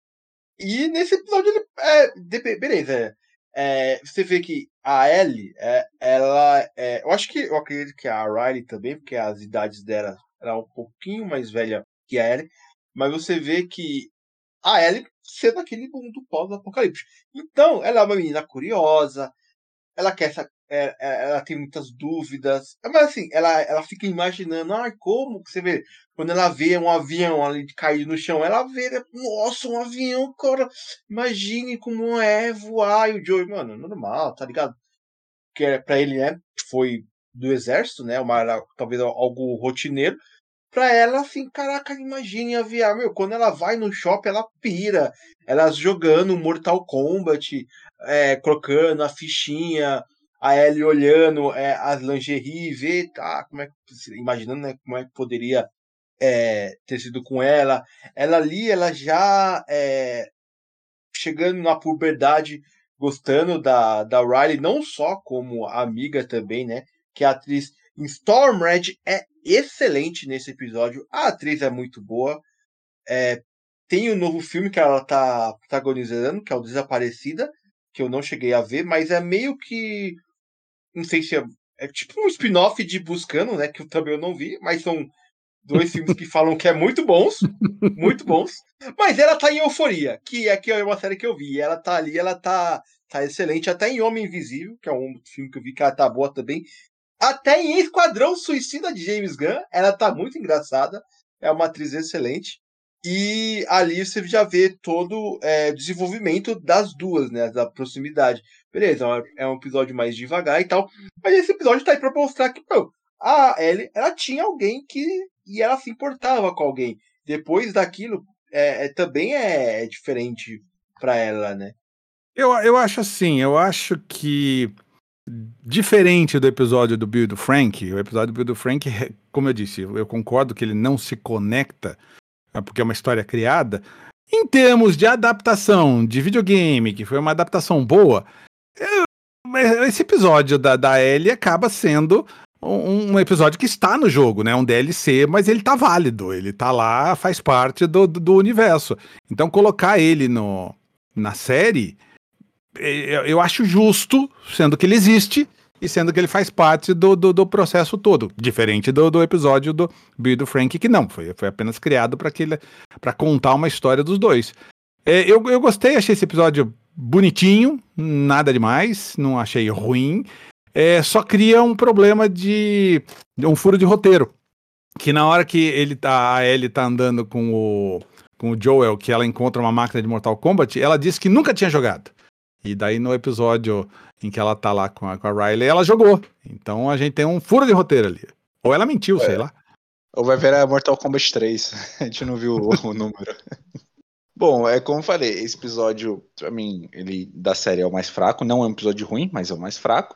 E nesse episódio ele. É, de- beleza. É, você vê que a Ellie, é, ela. É, eu acho que. Eu acredito que a Riley também, porque as idades dela era um pouquinho mais velha que a Ellie. Mas você vê que a Ellie sendo aquele mundo pós-apocalipse. Então, ela é uma menina curiosa, ela quer essa, é, é, ela tem muitas dúvidas, mas assim, ela, ela fica imaginando, ai, como que você vê, quando ela vê um avião ali cair no chão, ela vê, nossa, um avião, cara, imagine como é voar, e o Joey, mano, normal, tá ligado? Que é, pra ele, né, foi do exército, né, uma, talvez algo rotineiro, pra ela, assim, caraca, imagine aviar, meu, quando ela vai no shopping, ela pira, elas jogando Mortal Kombat, é, colocando a fichinha, a Ellie olhando é, as lingerie, ver, tá, como é que, imaginando, né, como é que poderia é, ter sido com ela, ela ali, ela já é, chegando na puberdade, gostando da, da Riley, não só como amiga também, né, que a atriz em Stormred é excelente nesse episódio. A atriz é muito boa. É, tem um novo filme que ela tá protagonizando, que é o Desaparecida, que eu não cheguei a ver, mas é meio que. Não sei se é. É tipo um spin-off de Buscando, né? Que eu também eu não vi, mas são dois filmes que falam que é muito bons. Muito bons. Mas ela tá em Euforia, que aqui é uma série que eu vi. Ela tá ali, ela tá tá excelente. Até em Homem Invisível, que é um filme que eu vi que ela tá boa também. Até em Esquadrão Suicida de James Gunn, ela tá muito engraçada. É uma atriz excelente. E ali você já vê todo é, o desenvolvimento das duas, né? Da proximidade. Beleza, é um episódio mais devagar e tal. Mas esse episódio tá aí pra mostrar que, pô, a Ellie, ela tinha alguém que. E ela se importava com alguém. Depois daquilo, é, é, também é, é diferente pra ela, né? Eu, eu acho assim, eu acho que diferente do episódio do Bill e do Frank, o episódio do Bill e do Frank, como eu disse, eu concordo que ele não se conecta, porque é uma história criada. Em termos de adaptação de videogame, que foi uma adaptação boa, eu, esse episódio da, da Ellie acaba sendo um, um episódio que está no jogo, né? Um D L C, mas ele tá válido, ele tá lá, faz parte do, do, do universo. Então colocar ele no, na série, eu, eu acho justo, sendo que ele existe e sendo que ele faz parte do, do, do processo todo, diferente do, do episódio do Bill e do Frank, que não, foi, foi apenas criado para contar uma história dos dois. É, eu, eu gostei, achei esse episódio bonitinho, nada demais, não achei ruim, é, só cria um problema de, de um furo de roteiro, que na hora que ele tá, a Ellie tá andando com o, com o Joel, que ela encontra uma máquina de Mortal Kombat, ela disse que nunca tinha jogado. E daí no episódio em que ela tá lá com a, com a Riley, ela jogou. Então a gente tem um furo de roteiro ali. Ou ela mentiu, é. sei lá. Ou vai ver a Mortal Kombat três. A gente não viu o, o número. Bom, é como eu falei, esse episódio, pra mim, ele da série é o mais fraco. Não é um episódio ruim, mas é o mais fraco.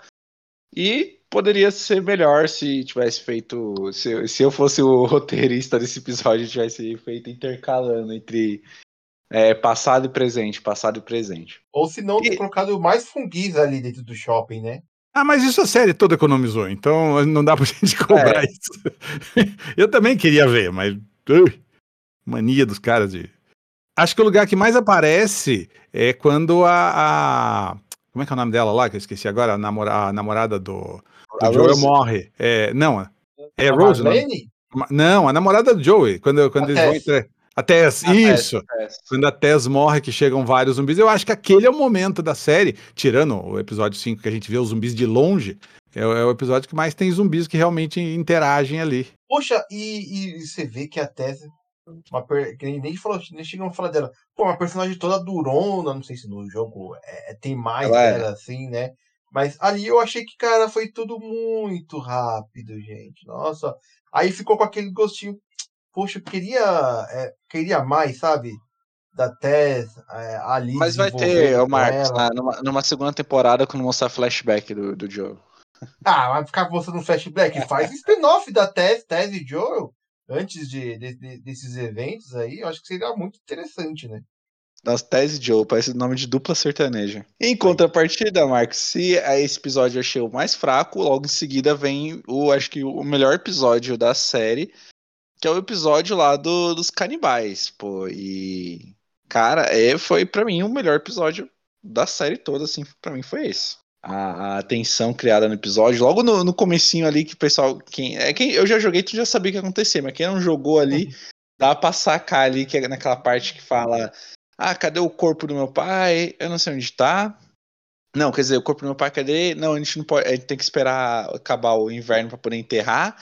E poderia ser melhor se tivesse feito. Se, se eu fosse o roteirista desse episódio, tivesse feito intercalando entre é, passado e presente, passado e presente. Ou se não, ter E- colocado mais funguis ali dentro do shopping, né? Ah, mas isso a série toda economizou, então não dá pra gente cobrar É. isso. Eu também queria ver, mas. Ui, mania dos caras de. Acho que o lugar que mais aparece é quando a, a- como é que é o nome dela lá, que eu esqueci agora? A, namora- a namorada do, A do Joel Rose? morre. É, não, é A Rose, não? Marlene? Ma- Não, a namorada do Joey, quando, quando A eles vão Tess. entrar. A Tess, A isso! Tess, Tess. Quando a Tess morre, que chegam vários zumbis. Eu acho que aquele é o momento da série, tirando o episódio cinco, que a gente vê os zumbis de longe, é, o- é o episódio que mais tem zumbis que realmente interagem ali. Poxa, e, e você vê que a Tess. Uma per... que nem, nem, falou, nem chegamos a falar dela. Pô, uma personagem toda durona, não sei se no jogo é, é- tem mais Ela é. dela assim, né? Mas ali eu achei que, cara, foi tudo muito rápido, gente. Nossa. Aí ficou com aquele gostinho. Poxa, eu queria, é, queria mais, sabe? Da Tess é, ali Mas vai ter, desenvolvendo ô com Marcos, ela. na- numa, numa segunda temporada, quando mostrar flashback do, do Joe. Ah, vai ficar mostrando um flashback? Faz spin-off da Tess, Tess e Joel antes de, de- de- desses eventos aí. Eu acho que seria muito interessante, né? Das Tess e Joe, parece o nome de dupla sertaneja. Em contrapartida, Marcos, se a- esse episódio eu achei o mais fraco, logo em seguida vem o, acho que o melhor episódio da série, que é o episódio lá do- dos canibais, pô. E, cara, é, foi pra mim o melhor episódio da série toda, assim, pra mim foi esse. A, a tensão criada no episódio, logo no, no comecinho ali, que o pessoal, quem, é, quem eu já joguei, tu já sabia o que ia acontecer, mas quem não jogou ali, dá pra sacar ali, que é naquela parte que fala: ah, cadê o corpo do meu pai? Eu não sei onde tá. Não, quer dizer, o corpo do meu pai, cadê? Não, a gente não pode, a gente tem que esperar acabar o inverno pra poder enterrar.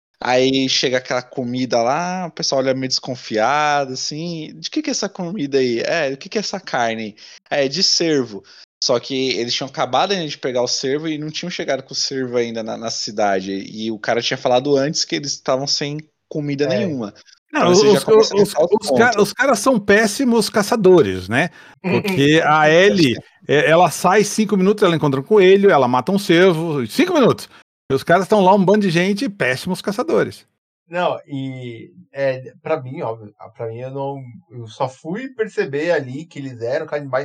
Aí chega aquela comida lá, o pessoal olha meio desconfiado, assim, de que que é essa comida aí? É, o que que é essa carne? É, de cervo. Só que eles tinham acabado ainda de pegar o cervo e não tinham chegado com o cervo ainda na, na cidade. E o cara tinha falado antes que eles estavam sem comida É. nenhuma. Não, Então você já os, começa a os, pensar os os, cara- pontos. os caras são péssimos caçadores, né? Porque a Ellie, é, ela sai cinco minutos, ela encontra um coelho, ela mata um cervo, cinco minutos. E os caras estão lá, um bando de gente, péssimos caçadores. Não, e é, pra mim, óbvio, pra mim eu não. Eu só fui perceber ali que eles eram canibais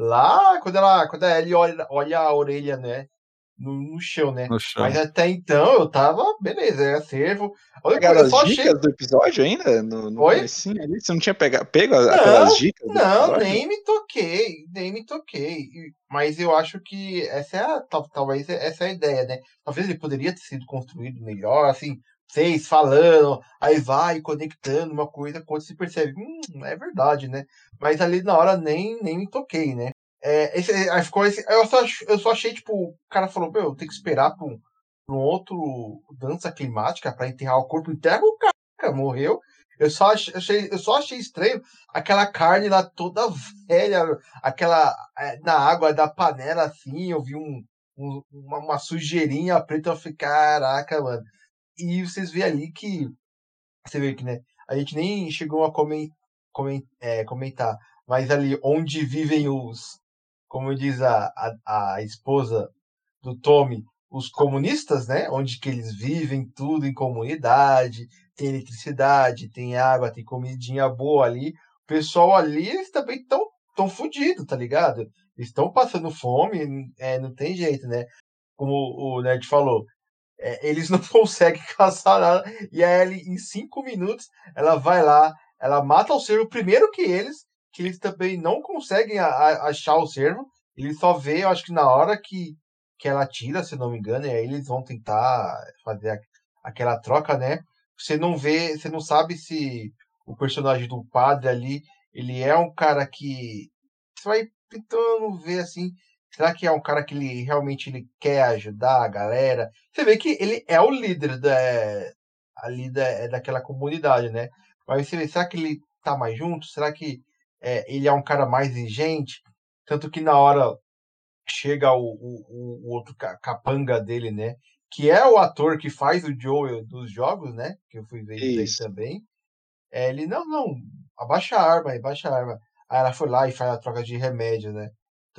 lá quando ela. Quando a Ellie olha, olha a orelha, né? No, no chão, né? No chão. Mas até então eu tava, beleza, era cervo. Olha, Pegaram eu as só achei. dicas do episódio ainda? No, no Oi? comecinho ali? Você não tinha pega, pego a- Não, aquelas dicas do não, episódio? nem me toquei, nem me toquei. E- Mas eu acho que essa é a, tal- talvez essa é a ideia, né? Talvez ele poderia ter sido construído melhor, assim, vocês falando, aí vai conectando uma coisa, quando se percebe, hum, é verdade, né? Mas ali na hora nem, nem me toquei, né? É, esse, aí ficou esse, eu, só, ach- eu só achei, tipo, o cara falou, meu, tem que esperar pra um, pra um outro dança climática pra enterrar o corpo. Enterra o cara, cara, morreu. Eu só ach- achei, eu só achei estranho aquela carne lá toda velha, aquela é, na água da panela assim, eu vi um, um- uma, uma sujeirinha preta, eu falei, caraca, mano. E vocês vê ali que, você vê que, né, a gente nem chegou a comen, comen, é, comentar, mas ali onde vivem os, como diz a, a, a esposa do Tommy, os comunistas, né? Onde que eles vivem tudo em comunidade, tem eletricidade, tem água, tem comidinha boa ali. O pessoal ali, eles também estão tão fodidos, tá ligado? Eles estão passando fome, é, não tem jeito, né? Como o Nerd falou, é, eles não conseguem caçar nada. E a Ellie, em cinco minutos, ela vai lá, ela mata o cervo primeiro que eles, que eles também não conseguem a- a- achar o cervo. Eles só vê, eu acho que na hora que, que ela tira, se não me engano, e aí eles vão tentar fazer a- aquela troca, né? Você não vê, você não sabe se o personagem do padre ali, ele é um cara que. Você vai tentando ver assim. Será que é um cara que ele realmente ele quer ajudar a galera? Você vê que ele é o líder da, ali da, daquela comunidade, né? Mas você vê, será que ele tá mais junto? Será que é, ele é um cara mais exigente? Tanto que na hora chega o, o, o outro ca- capanga dele, né? Que é o ator que faz o Joel dos jogos, né? Que eu fui ver isso daí Isso. também. É, ele, não, não, abaixa a arma, abaixa a arma. Aí ela foi lá e faz a troca de remédio, né?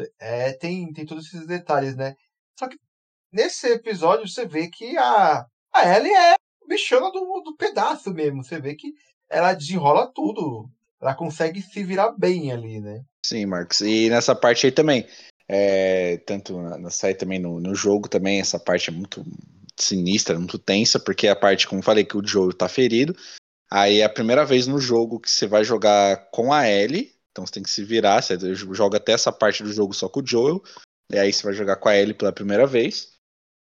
É, tem, tem todos esses detalhes, né? Só que nesse episódio você vê que a, a Ellie é bichona do, do pedaço mesmo. Você vê que ela desenrola tudo. Ela consegue se virar bem ali, né? Sim, Marcos. E nessa parte aí também, é, tanto na, na série também no, no jogo também, essa parte é muito sinistra, muito tensa, porque é a parte, como eu falei, que o Joel tá ferido. Aí é a primeira vez no jogo que você vai jogar com a Ellie, então você tem que se virar, você joga até essa parte do jogo só com o Joel, e aí você vai jogar com a Ellie pela primeira vez.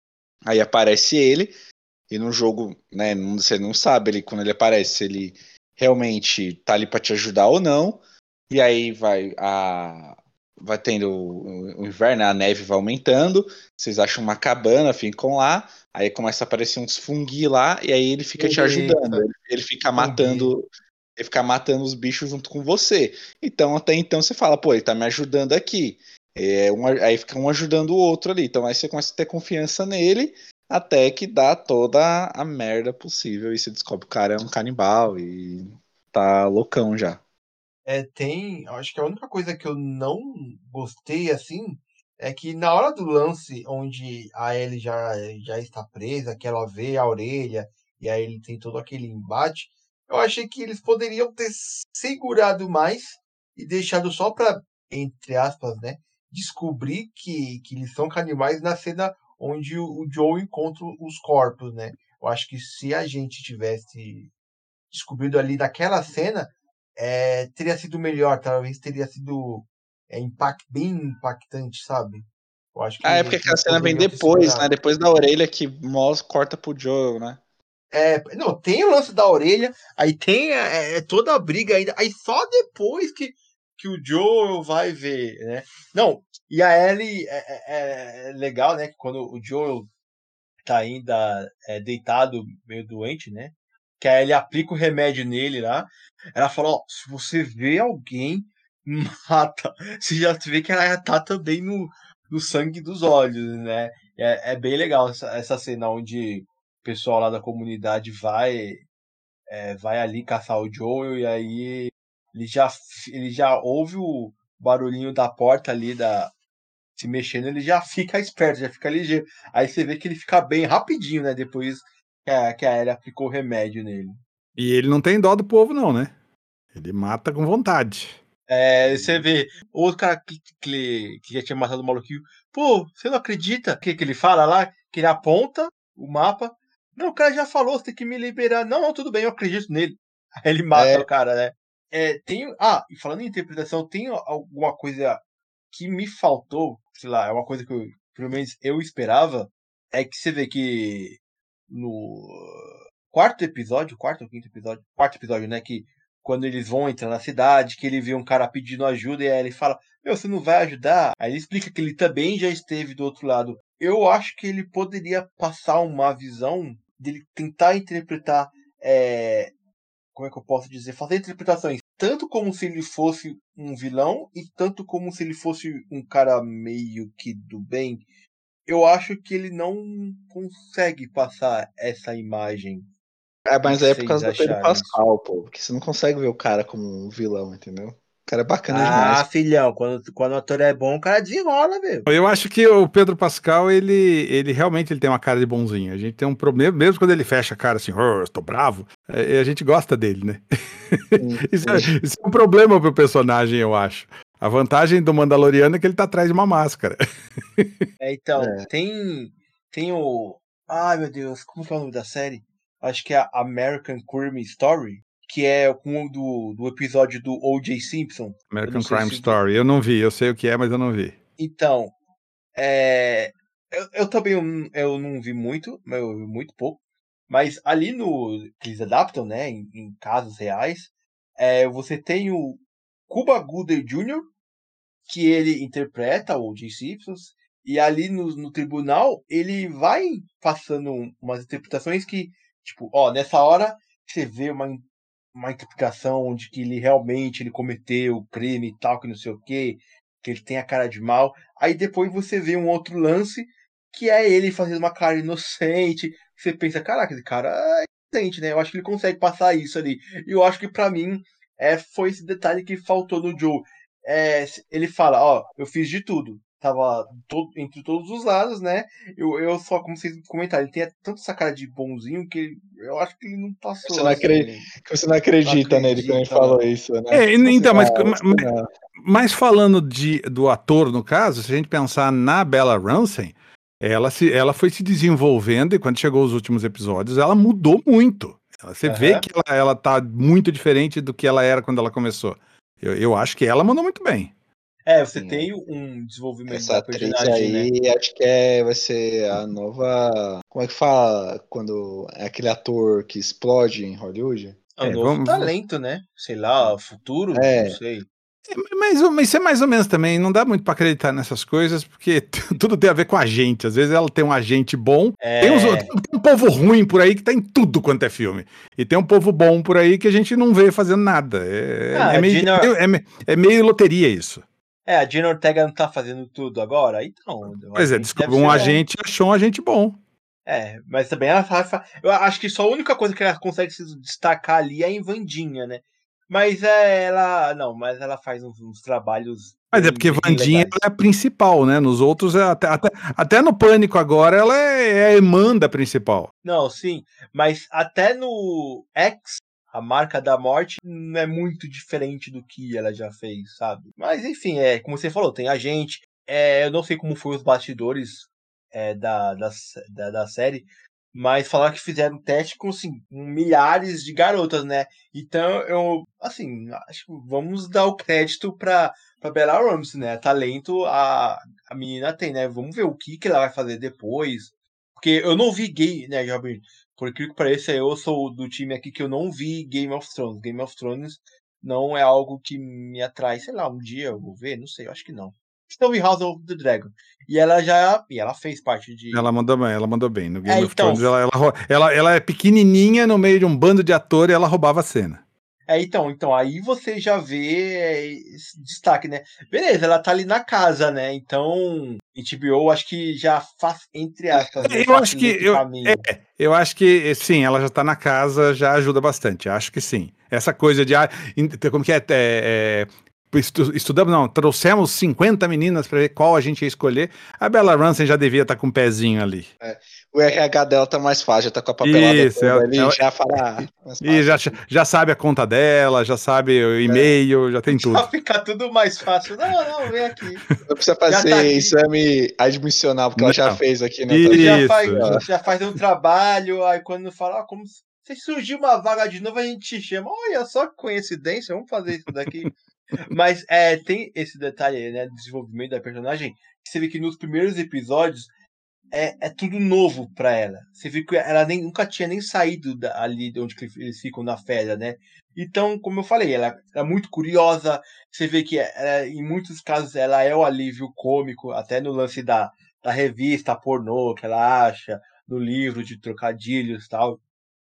Aí aparece ele, e no jogo, né, não- você não sabe ele, quando ele aparece, se ele realmente tá ali pra te ajudar ou não. E aí vai a vai tendo o, o inverno, né, a neve vai aumentando, vocês acham uma cabana, ficam lá, aí começa a aparecer uns fungui lá, e aí ele fica te ajudando, Eita, ele, ele fica funguei. matando, ele fica matando os bichos junto com você. Então até então você fala, pô, ele tá me ajudando aqui. É, um, aí fica um ajudando o outro ali. Então aí você começa a ter confiança nele, até que dá toda a merda possível e você descobre que o cara é um canibal e tá loucão já. É, tem. Acho que a única coisa que eu não gostei, assim, é que na hora do lance onde a Ellie já, já está presa, que ela vê a orelha, e aí ele tem todo aquele embate, eu achei que eles poderiam ter segurado mais e deixado só pra, entre aspas, né, descobrir que, que eles são canibais na cena onde o, o Joe encontra os corpos, né? Eu acho que se a gente tivesse descobrido ali naquela cena, é, teria sido melhor, talvez teria sido é, impact, bem impactante, sabe? Eu acho Ah, é que, porque que aquela eles cena vem poderiam ter depois, né? segurado. Depois da orelha que mostra, corta pro Joel, né? É, não, tem o lance da orelha, aí tem é, é, toda a briga ainda, aí só depois que, que o Joel vai ver, né? Não, e a Ellie é, é, é legal, né? Que quando o Joel tá ainda é, deitado, meio doente, né? Que aí ele aplica o remédio nele lá. Ela fala, ó, se você vê alguém, mata. Você já vê que ela já tá também no, no sangue dos olhos, né? É, é bem legal essa, essa cena onde o pessoal lá da comunidade vai é, vai ali caçar o Joel e aí ele já, ele já ouve o barulhinho da porta ali da, se mexendo, ele já fica esperto, já fica ligeiro. Aí você vê que ele fica bem rapidinho, né? Depois que a, que a Ellie aplicou o remédio nele. E ele não tem dó do povo, não, né? Ele mata com vontade. É, você vê, outro cara que, que, que já tinha matado o maluquinho. Pô, você não acredita? O que, que ele fala lá? Que ele aponta o mapa. Não, o cara já falou, você tem que me liberar. Não, não, tudo bem, eu acredito nele. Aí ele mata É, o cara, né? É, tem, ah, e falando em interpretação, tem alguma coisa que me faltou, sei lá, é uma coisa que eu, pelo menos eu esperava, é que você vê que no quarto episódio, quarto ou quinto episódio, quarto episódio, né, que quando eles vão entrar na cidade, que ele vê um cara pedindo ajuda e aí ele fala, meu, você não vai ajudar? Aí ele explica que ele também já esteve do outro lado. Eu acho que ele poderia passar uma visão dele tentar interpretar, é, como é que eu posso dizer, fazer interpretações tanto como se ele fosse um vilão e tanto como se ele fosse um cara meio que do bem. Eu acho que ele não consegue passar essa imagem. É, O que mas que aí é por vocês causa do Pedro acharam isso? Pascal, pô. Porque você não consegue ver o cara como um vilão, entendeu? O cara é bacana Ah, demais. filhão, quando, quando o ator é bom, o cara desenrola, velho. Eu acho que o Pedro Pascal, ele, ele realmente ele tem uma cara de bonzinho. A gente tem um problema, mesmo quando ele fecha a cara assim, oh, eu tô bravo, é, a gente gosta dele, né? Sim, Isso é, sim. isso é um problema pro personagem, eu acho. A vantagem do Mandaloriano é que ele tá atrás de uma máscara. É, então, É. tem, tem o... Ai, meu Deus, como que é o nome da série? Acho que é a American Crime Story, que é com o do, do episódio do O J Simpson. Eu não American sei Crime se... vo- Story. Eu não vi, eu sei o que é, mas eu não vi. Então, é... Eu, eu também eu, eu não vi muito, mas eu vi muito pouco. Mas ali no... que eles adaptam, né, em, em casos reais, é, você tem o Cuba Gooding Júnior, que ele interpreta o J. Simpsons, e ali no, no tribunal ele vai passando um- umas interpretações que, tipo, ó, nessa hora você vê uma, in- uma interpretação de que ele realmente ele cometeu o crime e tal, que não sei o quê, que ele tem a cara de mal. Aí depois você vê um outro lance que é ele fazendo uma cara inocente. Você pensa, caraca, esse cara é inocente, né? Eu acho que ele consegue passar isso ali. E eu acho que pra mim é, foi esse detalhe que faltou no Joe. É, ele fala, ó, eu fiz de tudo. Tava todo, entre todos os lados, né? Eu, eu só, como vocês comentaram, ele tem tanto essa cara de bonzinho que ele- eu acho que ele não Você passou não, acre... assim. que você não Não acredita nele quando ele acredita lá. falou isso, né? É, Tipo assim, então, mas, ah, mas, você não. mas falando de, do ator, no caso, se a gente pensar na Bella Ramsey, ela, se, ela foi se desenvolvendo e quando chegou os últimos episódios, ela mudou muito. Ela- Você vê Aham. que ela, ela tá muito diferente do que ela era quando ela começou. Eu, eu acho que ela mandou muito bem. É, você Sim, tem um desenvolvimento essa da atriz personagem, né? aí, acho que é, vai ser a nova. Como é que fala quando é aquele ator que explode em Hollywood? É um É, novo vamos, vamos- talento, né? Sei lá, futuro, não É, sei. é, mas, mas isso é mais ou menos também, não dá muito pra acreditar nessas coisas, porque tudo tem a ver com a gente. Às vezes ela tem um agente bom, tem, uns, É. tem um povo ruim por aí que tá em tudo quanto é filme. E tem um povo bom por aí que a gente não vê fazendo nada. É, Ah, é a meio, Gina, é, meio, é meio loteria isso. é, a Gina Ortega não tá fazendo tudo agora? Então, a Pois é, gente deve desculpa, um ser bom. agente achou um agente bom. É, mas também ela faz. Eu acho que só a única coisa que ela consegue se destacar ali é em Vandinha, né? Mas é, ela. Não, mas ela faz uns, uns trabalhos Mas é bem, porque bem Vandinha legais. ela é a principal, né? Nos outros, é até, até, até no Pânico agora, ela é, é a irmã da principal. Não, sim, mas até no X, a marca da morte, não é muito diferente do que ela já fez, sabe? Mas enfim, é, como você falou, tem a gente. É, eu não sei como foi os bastidores é, da, da, da, da série, mas falaram que fizeram teste com assim, milhares de garotas, né? Então eu, assim, acho que vamos dar o crédito pra, pra Bella Ramsey, né? Talento a, a menina tem, né? Vamos ver o que, que ela vai fazer depois. Porque eu não vi gay, né, Jobim? Por incrível que pareça, eu sou do time aqui que eu não vi Game of Thrones. Game of Thrones não é algo que me atrai. Sei lá, um dia eu vou ver, não sei, eu acho que não. Estou em House of the Dragon. E ela já. E ela fez parte Ela de. mandou bem, ela mandou bem. No É, Game of então. Thrones, ela, ela, rou- ela, ela é pequenininha no meio de um bando de atores e ela roubava a cena. É, então, então, aí você já vê é, esse destaque, né? Beleza, ela tá ali na casa, né? Então, H B O acho que já faz, entre aspas, né? Eu acho que Facilita o eu, caminho. é, eu acho que sim, ela já tá na casa, já ajuda bastante. Acho que sim. Essa coisa de ah, in- como que é, é, é, estu- estudamos, não, trouxemos cinquenta meninas para ver qual a gente ia escolher. A Bella Ramsey já devia estar com um pezinho ali. é. O R H dela tá mais fácil, já tá com a papelada Isso, toda ela, ali, ela- já fala, ah, mais e fácil já, aqui. já sabe a conta dela, já sabe o É. e-mail, já tem Já tudo. fica tudo mais fácil. Não, não, vem aqui. Não precisa Já tá fazer aqui. exame admissional, porque ela já Não. fez aqui na outra Já vez. faz, Isso. Já- já faz um trabalho, aí quando fala, ah, como se se surgir uma vaga de novo, a gente te chama. Olha só que coincidência, vamos fazer isso daqui. Mas é, tem esse detalhe aí, né, do desenvolvimento da personagem, que você vê que nos primeiros episódios é, é tudo novo pra ela. Você viu que ela nem, nunca tinha nem saído da, ali de onde que eles ficam na férias, né? Então, como eu falei, ela é muito curiosa. Você vê que ela, em muitos casos ela é o alívio cômico, até no lance da, da revista pornô que ela acha, no livro de trocadilhos e tal.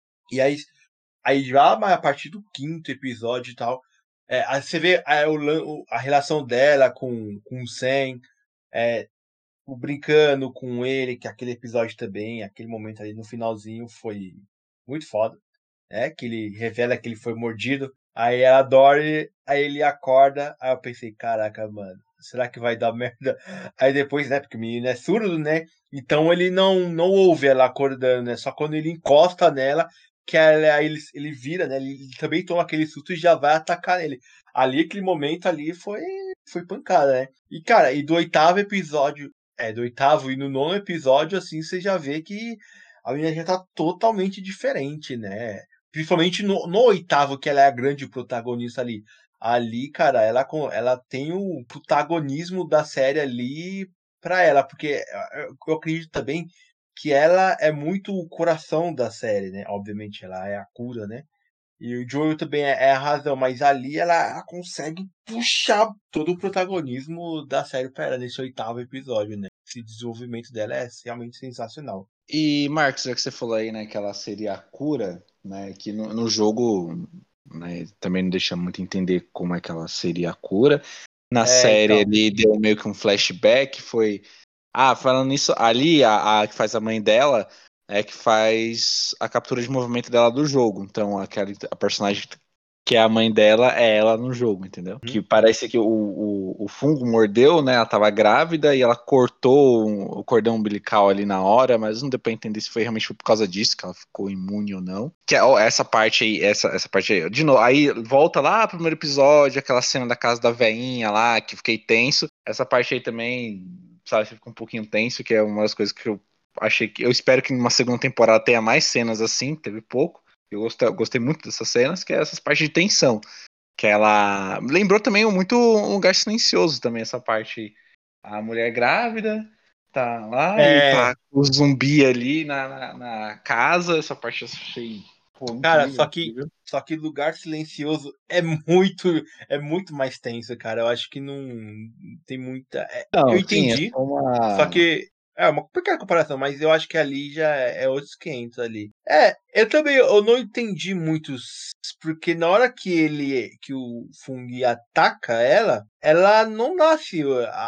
E aí, aí já a partir do quinto episódio e tal, é, aí você vê a, o, a relação dela com, com o Sam, é, o brincando com ele, que aquele episódio também, aquele momento ali no finalzinho foi muito foda, né? Que ele revela que ele foi mordido, aí ela dorme, aí ele acorda, aí eu pensei, caraca, mano, será que vai dar merda? Aí depois, né, porque o menino é surdo, né? Então ele não, não ouve ela acordando, né? Só quando ele encosta nela, que ela, aí ele, ele vira, né? Ele, ele também toma aquele susto e já vai atacar ele. Ali, aquele momento ali foi, foi pancada, né? E, cara, e do oitavo episódio, é, do oitavo e no nono episódio, assim, você já vê que a menina já tá totalmente diferente, né? Principalmente no, no oitavo, que ela é a grande protagonista ali. Ali, cara, ela, ela tem o protagonismo da série ali pra ela, porque eu acredito também que ela é muito o coração da série, né? Obviamente, ela é a cura, né? E o Joel também é, é a razão, mas ali ela, ela consegue puxar todo o protagonismo da série pra ela nesse oitavo episódio, né? Esse desenvolvimento dela é realmente sensacional. E, Marcos, já que você falou aí, né, que ela seria a cura, né, que no, no jogo, né, também não deixa muito entender como é que ela seria a cura. Na É, série então. ele deu meio que um flashback, foi... Ah, falando nisso, ali, a, a que faz a mãe dela é que faz a captura de movimento dela do jogo. Então, aquela, a personagem que é a mãe dela é ela no jogo, entendeu? Uhum. Que parece que o, o, o fungo mordeu, né? Ela tava grávida e ela cortou o cordão umbilical ali na hora, mas não deu pra entender se foi realmente por causa disso, que ela ficou imune ou não. Que é, ó, essa parte aí, essa, essa parte aí, de novo, aí volta lá pro primeiro episódio, aquela cena da casa da veinha lá, que fiquei tenso. Essa parte aí também, sabe, você fica um pouquinho tenso, que é uma das coisas que eu achei que, eu espero que numa segunda temporada tenha mais cenas assim, teve pouco. Eu gostei, eu gostei muito dessas cenas, que é essas partes de tensão. Que ela lembrou também muito Um Lugar Silencioso também, essa parte. A mulher grávida tá lá é... e tá o zumbi ali na, na, na casa. Essa parte eu achei, pô, muito cara, lindo, só que viu? só que Lugar Silencioso é muito é muito mais tenso, cara. Eu acho que não tem muita. É, não, eu entendi. entendi. É uma... Só que é uma pequena comparação, mas eu acho que ali já é, é outros quinhentos ali. É, eu também eu não entendi muito, porque na hora que ele que o Fungi ataca ela, ela não nasce,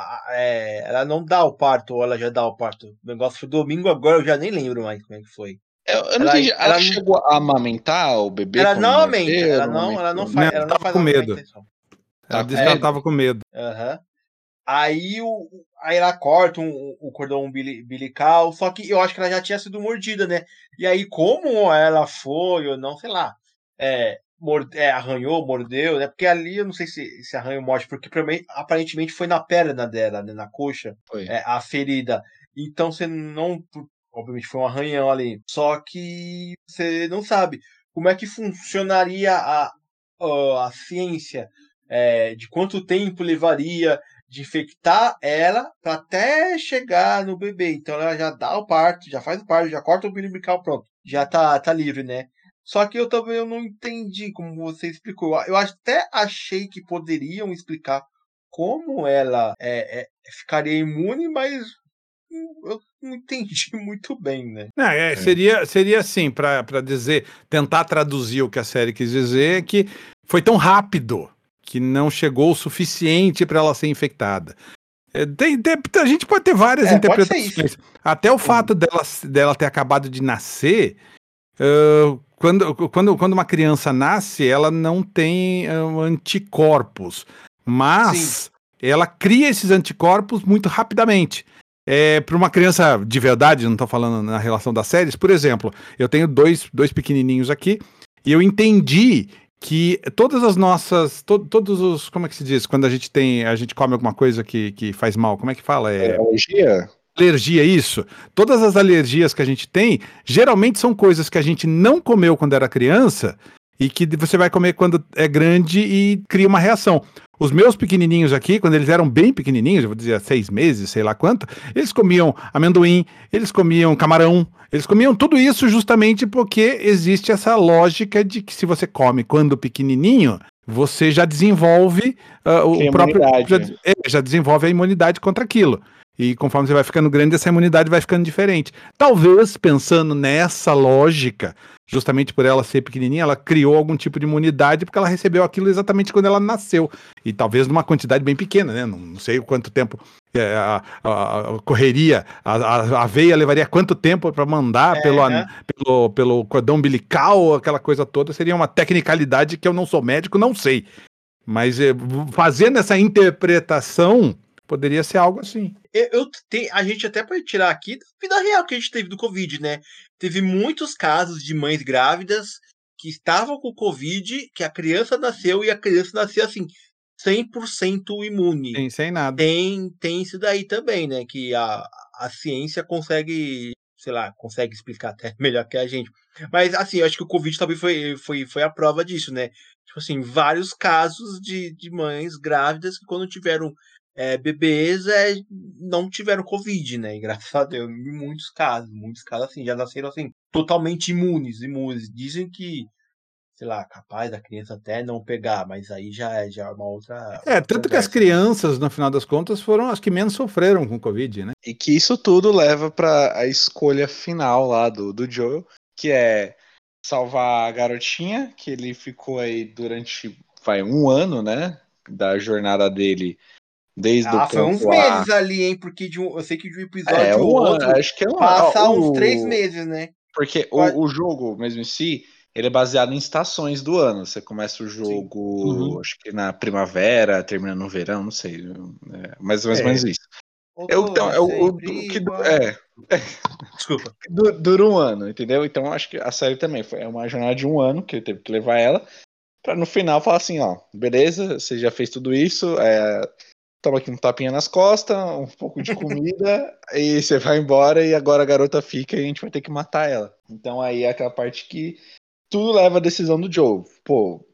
é, ela não dá o parto, ou ela já dá o parto. O negócio foi domingo, agora eu já nem lembro mais como é que foi. Eu, eu não ela, entendi. Ela, ela chegou a amamentar o bebê ela quando não nasceu? aumenta, ela Não, não, ela não Não, faz, ela ela não tava faz com medo. amamentação. Ela Tá disse que ela tava com medo. Aham. Uhum. Aí, o, aí ela corta um, o cordão umbilical, só que eu acho que ela já tinha sido mordida, né? E aí, como ela foi ou não, sei lá, é, morde, é, arranhou, mordeu, né? Porque ali eu não sei se, se arranhou ou morte, porque aparentemente foi na perna dela, né? Na coxa, é, a ferida. Então você não. Obviamente foi um arranhão ali. Só que você não sabe como é que funcionaria a, a, a ciência, é, de quanto tempo levaria de infectar ela para até chegar no bebê. Então ela já dá o parto, já faz o parto, já corta o umbilical, pronto. Já tá, tá livre, né? Só que eu também eu não entendi como você explicou. Eu até achei que poderiam explicar como ela é, é, ficaria imune, mas eu não entendi muito bem, né? Não, é, seria, seria assim, para dizer, tentar traduzir o que a série quis dizer, que foi tão rápido que não chegou o suficiente para ela ser infectada. É, tem, tem, a gente pode ter várias é, interpretações. Até o fato dela, dela ter acabado de nascer, uh, quando, quando, quando uma criança nasce, ela não tem uh, anticorpos, mas Sim. ela cria esses anticorpos muito rapidamente. É, para uma criança de verdade, não estou falando na relação das séries, por exemplo, eu tenho dois, dois pequenininhos aqui e eu entendi que todas as nossas, to, todos os, como é que se diz, quando a gente tem, a gente come alguma coisa que, que faz mal, como é que fala? É, alergia? Alergia, isso. Todas as alergias que a gente tem, geralmente são coisas que a gente não comeu quando era criança e que você vai comer quando é grande e cria uma reação. Os meus pequenininhos aqui, quando eles eram bem pequenininhos, eu vou dizer seis meses, sei lá quanto, eles comiam amendoim, eles comiam camarão, eles comiam tudo isso justamente porque existe essa lógica de que se você come quando pequenininho, você já desenvolve uh, o Tem próprio já, imunidade. é, já desenvolve a imunidade contra aquilo. E conforme você vai ficando grande, essa imunidade vai ficando diferente. Talvez, pensando nessa lógica, justamente por ela ser pequenininha, ela criou algum tipo de imunidade porque ela recebeu aquilo exatamente quando ela nasceu. E talvez numa quantidade bem pequena, né? Não, não sei quanto tempo é, a, a, a correria, a, a, a veia levaria quanto tempo para mandar É, pelo, aham. pelo, pelo cordão umbilical, aquela coisa toda. Seria uma tecnicalidade que eu não sou médico, não sei. Mas é, fazendo essa interpretação, poderia ser algo assim. Eu, eu te- a gente até pode tirar aqui da vida real que a gente teve do Covid, né? Teve muitos casos de mães grávidas que estavam com Covid, que a criança nasceu e a criança nasceu assim, cem por cento imune. Sem, sem nada. Tem, tem isso daí também, né? Que a, a ciência consegue, sei lá, consegue explicar até melhor que a gente. Mas, assim, eu acho que o Covid também foi, foi, foi a prova disso, né? Tipo assim, vários casos de, de mães grávidas que quando tiveram é, bebês é, não tiveram Covid, né? E graças a Deus, em muitos casos, muitos casos assim, já nasceram assim, totalmente imunes, imunes. Dizem que, sei lá, capaz da criança até não pegar, mas aí já é, já é uma outra, É, outra tanto que as conversa, né? crianças, no final das contas, foram as que menos sofreram com Covid, né? E que isso tudo leva pra a escolha final lá do, do Joel, que é salvar a garotinha, que ele ficou aí durante, vai, um ano, né? Da jornada dele, desde o Ah, foi uns ponto A. meses ali, hein? Porque de um, eu sei que de um É, episódio ou um ano, outro acho que é um ano. Ó, passa uns três o, meses, né? porque Quase- o, o jogo mesmo em si, ele é baseado em estações do ano. Você começa o Sim. jogo, acho que na primavera, termina no verão, não sei. É, mais, mais ou menos É. isso. Eu, Outono então, é é o, o, sempre o que igual. é, Desculpa. du- dura um ano, entendeu? Então acho que a série também foi é uma jornada de um ano que ele teve que levar ela pra no final falar assim, ó, beleza, você já fez tudo isso, é, toma aqui um tapinha nas costas, um pouco de comida e você vai embora e agora a garota fica e a gente vai ter que matar ela. Então aí é aquela parte que tudo leva a decisão do Joe. Pô,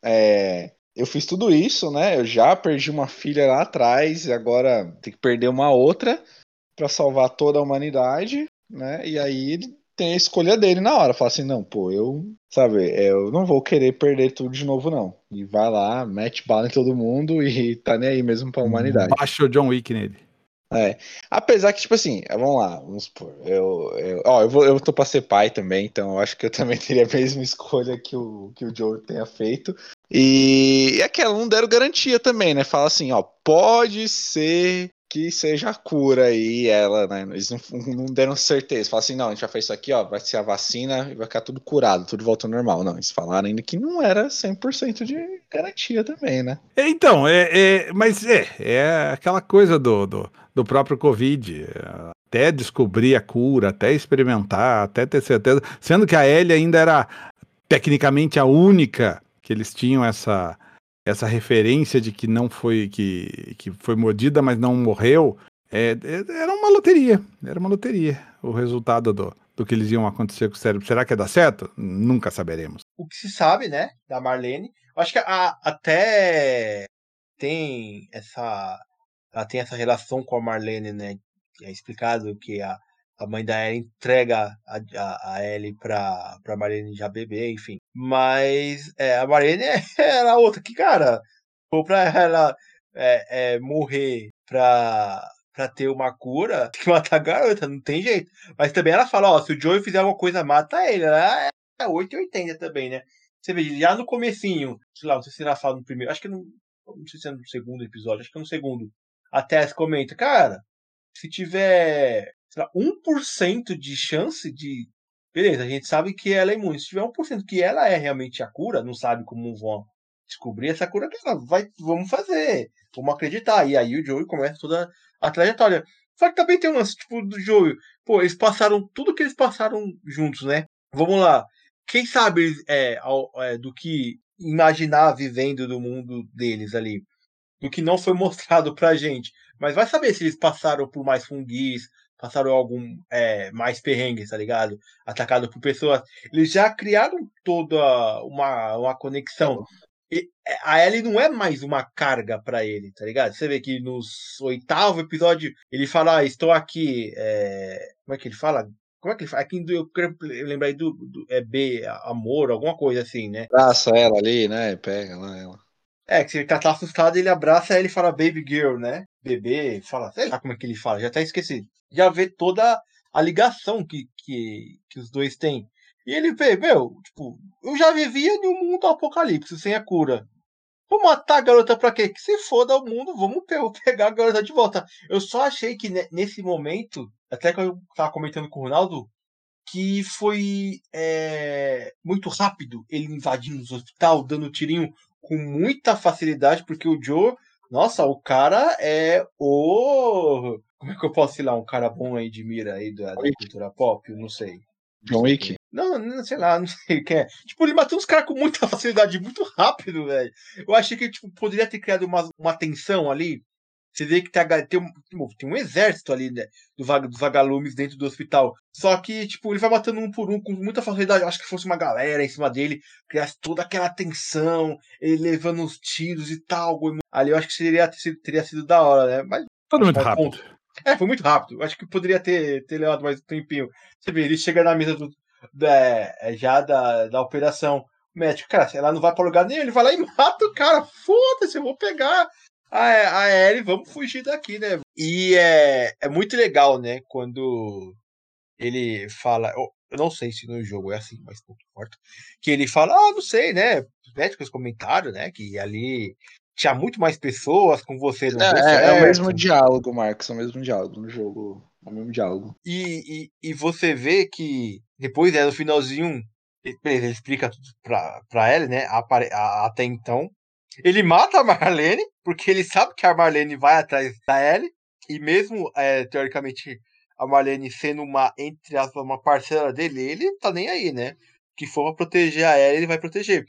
é, eu fiz tudo isso, né? Eu já perdi uma filha lá atrás e agora tem que perder uma outra pra salvar toda a humanidade, né? E aí ele tem a escolha dele na hora. Fala assim, não, pô, eu, sabe, eu não vou querer perder tudo de novo, não. E vai lá, mete bala em todo mundo e tá nem aí mesmo pra humanidade. Baixa o John Wick nele. É. Apesar que, tipo assim, vamos lá, vamos supor, eu, eu, ó, eu, vou, eu tô pra ser pai também, então eu acho que eu também teria a mesma escolha que o, que o Joe tenha feito. E, e aquela, não deram garantia também, né? Fala assim, ó, pode ser que seja a cura aí, ela, né? Eles não, não deram certeza. Fala assim, não, a gente já fez isso aqui, ó, vai ser a vacina e vai ficar tudo curado, tudo volta ao normal. Não, eles falaram ainda que não era cem por cento de garantia também, né? É, Então, é, é, mas é, é aquela coisa do, do, do próprio Covid. é, Até descobrir a cura, até experimentar, até ter certeza. Sendo que a Ellie ainda era tecnicamente a única que eles tinham essa, essa referência de que não foi, que, que foi mordida, mas não morreu. É, é, era uma loteria, era uma loteria o resultado do, do que eles iam acontecer com o cérebro. Será que ia dar certo? Nunca saberemos. O que se sabe, né, da Marlene, eu acho que a- até tem essa, ela tem essa relação com a Marlene, né? É explicado que a, a mãe da Ellie entrega a, a, a Ellie pra, pra Marlene já beber, enfim. Mas é, a Marlene é, era a outra que, cara, ou pra ela é, é, morrer pra, pra ter uma cura, tem que matar a garota, não tem jeito. Mas também ela fala, ó, se o Joey fizer alguma coisa, mata ele. Ela é oito e oitenta também, né? Você vê, já no comecinho, sei lá, não sei se ela fala no primeiro, acho que não, não sei se é no segundo episódio, acho que é no segundo. A Tess comenta, cara, se tiver, sei lá, um por cento de chance de. Beleza, a gente sabe que ela é imune. Se tiver um por cento que ela é realmente a cura, não sabe como vão descobrir essa cura dela. Vai, vamos fazer, vamos acreditar. E aí o Joey começa toda a trajetória. Só que também tem um lance, tipo, do Joey. Pô, eles passaram tudo que eles passaram juntos, né? Vamos lá. Quem sabe é, ao- é, do que imaginar vivendo do mundo deles ali, do que não foi mostrado pra gente. Mas vai saber se eles passaram por mais funguis, passaram algum é, mais perrengues, tá ligado? Atacado por pessoas. Eles já criaram toda uma, uma conexão. E a Ellie não é mais uma carga pra ele, tá ligado? Você vê que nos oitavo episódio ele fala, ah, estou aqui, é... como é que ele fala? Como é que ele fala? Aqui eu quero lembrar aí do, do é B, amor, alguma coisa assim, né? Abraça ela ali, né? Pega lá ela. É, que se ele tá assustado, ele abraça ela e fala baby girl, né? Bebê, fala, sei lá como é que ele fala, já até esqueci. Já vê toda a ligação que, que, que os dois têm. E ele vê, meu, tipo, eu já vivia em um mundo apocalipse, sem a cura. Vou matar a garota pra quê? Que se foda o mundo, vamos pegar a garota de volta. Eu só achei que nesse momento, até que eu tava comentando com o Ronaldo, que foi é, muito rápido ele invadindo os hospital, dando tirinho com muita facilidade, porque o Joe, nossa, o cara é o... Como é que eu posso falar? Um cara bom aí de mira aí da, da cultura pop? Eu não sei. John Wick? Não, não sei lá, não sei quem é. Tipo, ele matou uns caras com muita facilidade, muito rápido, velho. Eu achei que tipo, poderia ter criado uma, uma tensão ali. Você vê que tem, tem, um, tem um exército ali, né? Do vaga, dos vagalumes dentro do hospital. Só que, tipo, ele vai matando um por um com muita facilidade. Eu acho que fosse uma galera em cima dele, criasse toda aquela tensão, ele levando os tiros e tal. Ali eu acho que seria, teria sido da hora, né? Mas. Tudo muito rápido. Ponto. É, foi muito rápido. Eu acho que poderia ter, ter levado mais um tempinho. Você vê, ele chega na mesa do, da, já da, da operação. O médico, cara, ela não vai pra lugar nenhum, ele vai lá e mata o cara. Foda-se, eu vou pegar a, a Ellie, vamos fugir daqui, né? E é, é muito legal, né? Quando ele fala. Eu, eu não sei se no jogo é assim, mas não importa. Que ele fala, ah, não sei, né? Os médicos comentaram, né? Que ali tinha muito mais pessoas, com você não é, deu é, certo. é o mesmo diálogo, Marcos, é o mesmo diálogo no jogo. É o mesmo diálogo. E, e, e você vê que depois, né, no finalzinho, ele, ele explica tudo pra, pra ela, né? A, a, até então. Ele mata a Marlene, porque ele sabe que a Marlene vai atrás da Ellie. E mesmo, é, teoricamente, a Marlene sendo uma, entre aspas, uma parceira dele, ele tá nem aí, né? Que for pra proteger a Ellie, ele vai proteger.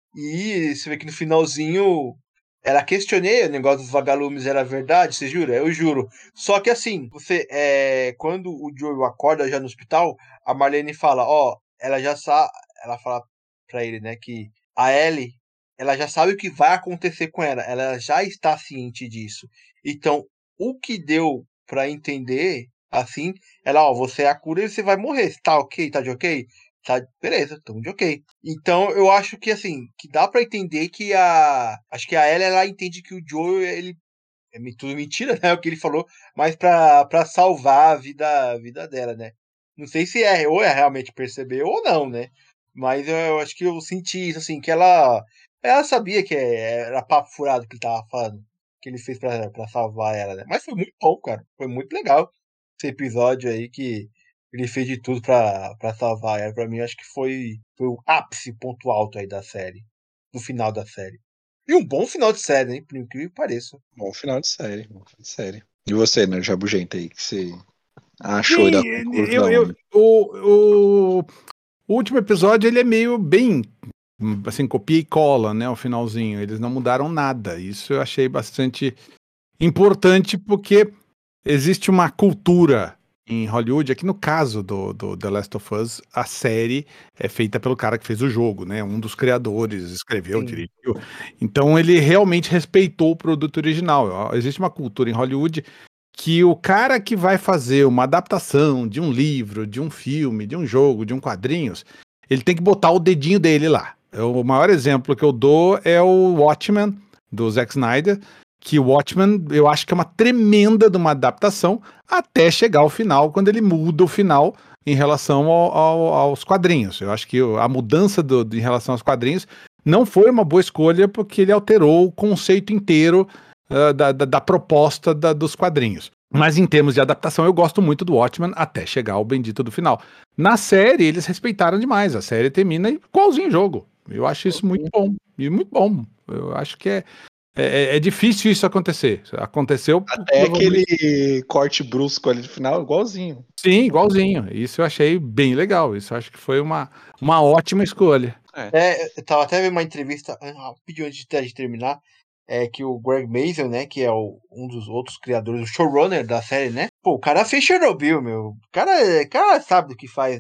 E você vê que no finalzinho ela questionei o negócio dos vagalumes era verdade, você jura? Eu juro. Só que assim, você é, quando o Joel acorda já no hospital, a Marlene fala, ó, ela já sabe, ela fala pra ele, né, que a Ellie, ela já sabe o que vai acontecer com ela, ela já está ciente disso. Então, o que deu pra entender, assim, ela, ó, você é a cura e você vai morrer, tá ok, tá de ok? Tá, beleza, estamos de ok. Então eu acho que assim, que dá pra entender que a. Acho que a Ellie ela entende que o Joel, ele. É tudo mentira, né? O que ele falou, mas pra, pra salvar a vida, a vida dela, né? Não sei se é, ou é realmente perceber ou não, né? Mas eu, eu acho que eu senti isso, assim, que ela. Ela sabia que era papo furado que ele tava falando. Que ele fez pra, pra salvar ela, né? Mas foi muito bom, cara. Foi muito legal esse episódio aí que ele fez de tudo pra, pra salvar ela. Pra mim, acho que foi, foi o ápice, ponto alto aí da série. Do final da série. E um bom final de série, hein? Por incrível que pareça. Bom final de série, bom final de série. E você, né, Jabugento aí, que você achou da Sim, eu, conclusão? eu, o, o, o último episódio ele é meio bem assim, copia e cola, né? O finalzinho. Eles não mudaram nada. Isso eu achei bastante importante porque existe uma cultura em Hollywood, aqui no caso do, do The Last of Us, a série é feita pelo cara que fez o jogo, né? Um dos criadores, escreveu, Sim. dirigiu. Então ele realmente respeitou o produto original. Existe uma cultura em Hollywood que o cara que vai fazer uma adaptação de um livro, de um filme, de um jogo, de um quadrinhos, ele tem que botar o dedinho dele lá. O maior exemplo que eu dou é o Watchmen, do Zack Snyder, que o Watchmen eu acho que é uma tremenda de uma adaptação até chegar ao final, quando ele muda o final em relação ao, ao, aos quadrinhos. Eu acho que a mudança do, em relação aos quadrinhos não foi uma boa escolha porque ele alterou o conceito inteiro uh, da, da, da proposta da, dos quadrinhos. Mas em termos de adaptação eu gosto muito do Watchmen até chegar ao bendito do final. Na série eles respeitaram demais, a série termina igualzinho o jogo. Eu acho isso muito bom, e muito bom. Eu acho que é É, é difícil isso acontecer. Aconteceu. Até aquele corte brusco ali no final, igualzinho. Sim, igualzinho. Isso eu achei bem legal. Isso eu acho que foi uma, uma ótima escolha. É. É, eu tava até vendo uma entrevista, rapidinho antes de, de terminar, é que o Greg Mason, né, que é o, um dos outros criadores, o showrunner da série, né? Pô, o cara fez Chernobyl, meu. O cara, o cara sabe do que faz, né?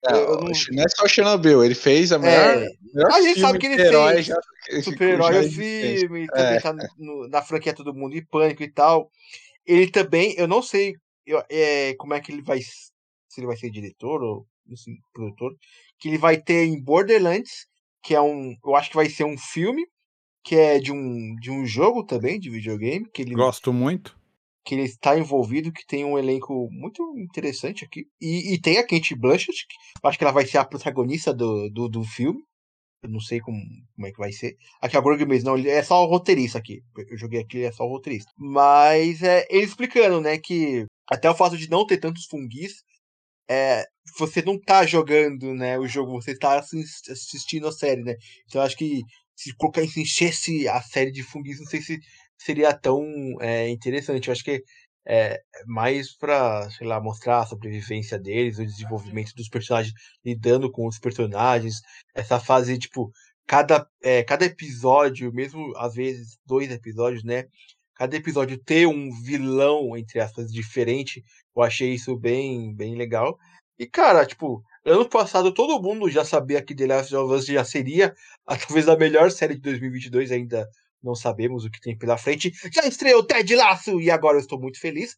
Eu, eu Não, não. não é só Chernobyl, ele fez a melhor, É, melhor a gente sabe filme que de ele herói fez já, super-herói já o existente. filme, também É, tá no- na franquia Todo Mundo em Pânico e tal. Ele também, eu não sei eu- é, como é que ele vai, s- se ele vai ser diretor ou assim, produtor, que ele vai ter em Borderlands, que é um, eu acho que vai ser um filme, que é de um, de um jogo também, de videogame, que ele, Gosto muito. que ele está envolvido, que tem um elenco muito interessante aqui. E, e tem a Kate Blanchett, que eu acho que ela vai ser a protagonista do, do, do filme. Eu não sei como, como é que vai ser. Aqui a Gorg mesmo, não, ele é só o roteirista aqui. Eu joguei aqui, ele é só o roteirista. Mas é ele explicando, né, que até o fato de não ter tantos fungis, é, você não tá jogando, né, o jogo, você tá assis- assistindo a série, né? Então eu acho que se colocar se enchesse a série de fungis, não sei se seria tão é, interessante. Eu acho que é mais pra, sei lá, mostrar a sobrevivência deles, o desenvolvimento dos personagens lidando com os personagens, essa fase, tipo, cada, é, cada episódio, mesmo às vezes dois episódios, né? Cada episódio ter um vilão, entre aspas, diferente, eu achei isso bem, bem legal. E, cara, tipo, ano passado todo mundo já sabia que The Last of Us já seria a, talvez a melhor série de dois mil e vinte e dois, ainda não sabemos o que tem pela frente. Já estreou Ted Lasso e agora eu estou muito feliz.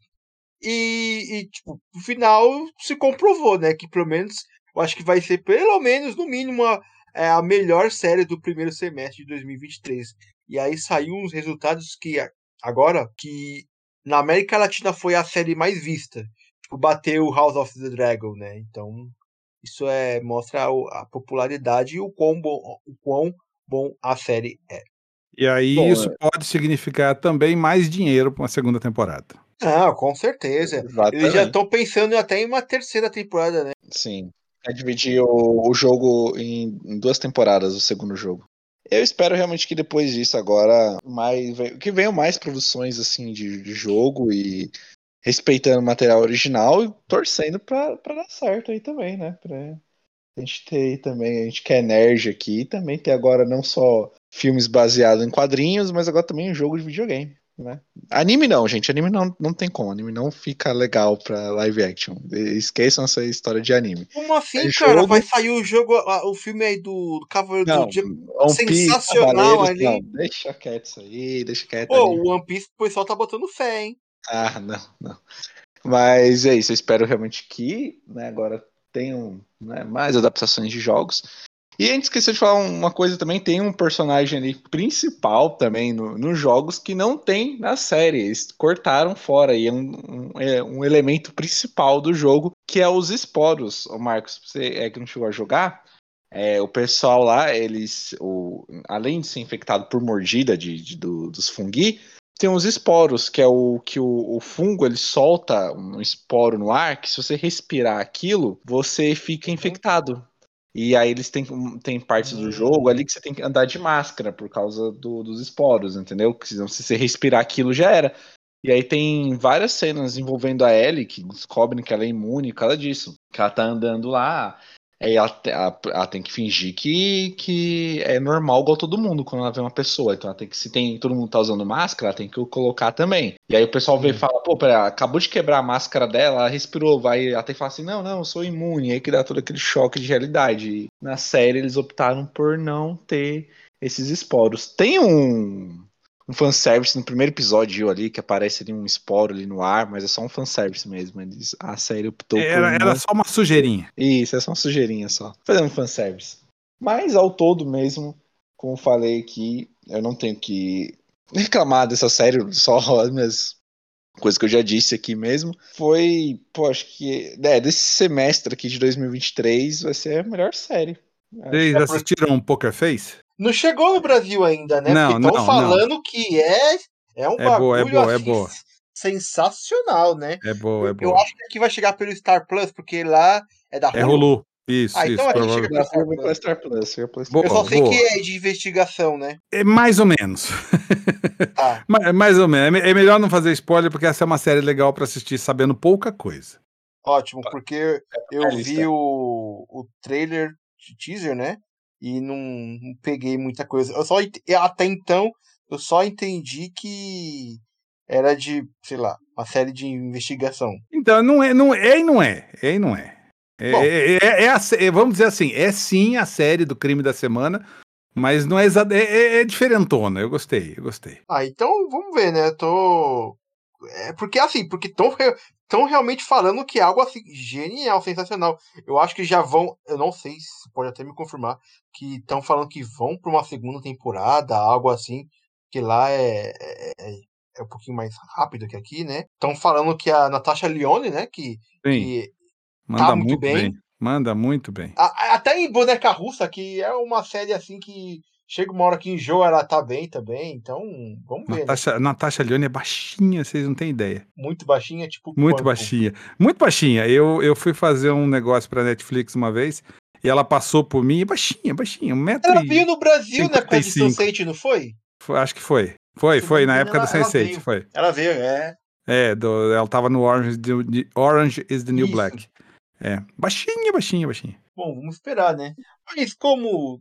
E, e, tipo, no final se comprovou, né? Que pelo menos eu acho que vai ser, pelo menos, no mínimo, a, é, a melhor série do primeiro semestre de dois mil e vinte e três. E aí saiu uns resultados que a- agora que na América Latina foi a série mais vista. Tipo, bateu House of the Dragon, né? Então, isso é mostra o- a popularidade e o quão bom, o quão bom a série é. E aí bom, isso é, pode significar também mais dinheiro para uma segunda temporada. Ah, com certeza. Eles já exatamente. estão pensando até em uma terceira temporada, né? Sim. É dividir o, o jogo em, em duas temporadas, o segundo jogo. Eu espero realmente que depois disso agora mais que venham mais produções assim de, de jogo e respeitando o material original e torcendo pra, pra dar certo aí também, né? Pra a gente ter aí também, a gente quer nerd aqui e também ter agora não só filmes baseados em quadrinhos, mas agora também um jogo de videogame, né? Anime não, gente, anime não, não tem como, anime não fica legal pra live action. Esqueçam essa história de anime. Como É assim, cara? Vai jogo, sair o jogo, a- o filme aí do, do Cavaleiro do não, Zodíaco One Piece, sensacional Cavaleiros, não, ali. deixa quieto isso aí, deixa quieto Pô, anime. o One Piece o pessoal tá botando fé, hein? Ah, não, não. Mas é isso, eu espero realmente que, né, agora tenham, né, mais adaptações de jogos. E a gente esqueceu de falar uma coisa também, tem um personagem ali principal também no- nos jogos que não tem na série, eles cortaram fora, e é um, um- é um elemento principal do jogo, que é os esporos. Ô Marcos, você é que não chegou a jogar, é, o pessoal lá, eles, o, além de ser infectado por mordida de, de- do- dos fungui, tem os esporos, que é o que o, o fungo ele solta um esporo no ar, que se você respirar aquilo, você fica Uhum. infectado. E aí eles têm, tem partes do jogo ali que você tem que andar de máscara por causa do- dos esporos, entendeu? Que senão, se você respirar aquilo já era. E aí tem várias cenas envolvendo a Ellie que descobrem que ela é imune por causa disso. Que ela tá andando lá, aí ela, te- ela- ela tem que fingir que, que é normal igual todo mundo quando ela vê uma pessoa. Então ela tem que, se tem, todo mundo tá usando máscara, ela tem que colocar também. E aí o pessoal vê e Sim. fala, pô, pera, acabou de quebrar a máscara dela, ela respirou, vai, ela tem que falar assim, não, não, eu sou imune. E aí que dá todo aquele choque de realidade. E na série eles optaram por não ter esses esporos. Tem um um fanservice no primeiro episódio ali, que aparece ali um esporo ali no ar, mas é só um fanservice mesmo. Eles, a série optou por Era, era não. só uma sujeirinha. Isso, é só uma sujeirinha só. Fazendo um fanservice. Mas ao todo mesmo, como falei aqui, eu não tenho que reclamar dessa série, só as minhas coisas que eu já disse aqui mesmo. Foi, pô, acho que é, desse semestre aqui de dois mil e vinte e três vai ser a melhor série. Acho. Vocês É porque assistiram Poker Face? não chegou no Brasil ainda, né? Porque Não, estão não, não. falando que é, é um É boa, é bagulho boa, é assim boa. sensacional, né? É boa, é Eu, eu boa. acho que aqui vai chegar pelo Star Plus, porque lá é da É Hulu. Hulu. Isso, Ah, então isso, aqui chega provavelmente. pelo Dá pra Star ver Plus. pela Star Plus, chega pela Star Eu Boa, só Plus. sei que boa. é de investigação, né? É mais ou menos. Tá. Ma- mais ou menos. É me- é melhor não fazer spoiler, porque essa é uma série legal pra assistir sabendo pouca coisa. Ótimo, porque eu minha vi lista. o, o trailer, de teaser, né? E não, não peguei muita coisa. Eu só ent- até então eu só entendi que era de, sei lá, uma série de investigação. Então, não é, não é e não é. É e não é. É, Bom. é- é- é a sé- vamos dizer assim, é sim a série do crime da semana, mas não é exato. É, é- é diferentona. Eu gostei, eu gostei. Ah, então vamos ver, né? Tô. É porque assim, porque estão tão realmente falando que é algo assim genial, sensacional. Eu acho que já vão, eu não sei se pode até me confirmar, que estão falando que vão para uma segunda temporada, algo assim, que lá é, é, é- é um pouquinho mais rápido que aqui, né? Estão falando que a Natasha Lyonne, né, que, Sim, que tá manda muito muito bem. bem. Manda muito bem. A- a- até em Boneca Russa, que é uma série assim que chega uma hora que enjoa, ela tá bem também. Então, vamos ver, né? Natasha, Natasha Lyonne é baixinha, vocês não têm ideia. Muito baixinha, tipo Muito quanto? baixinha. Muito baixinha. Eu, eu fui fazer um negócio pra Netflix uma vez e ela passou por mim, baixinha, baixinha, um metro Ela e veio no Brasil na época cinquenta e de cinco. sense eight, não foi? Foi, acho que foi. Foi, Se não foi, me na engano, época do ela, ela sense eight, veio. foi. Ela veio, é. É, do- ela tava no Orange, the- the Orange is the New Isso. Black. É, baixinha, baixinha, baixinha. Bom, vamos esperar, né? Mas como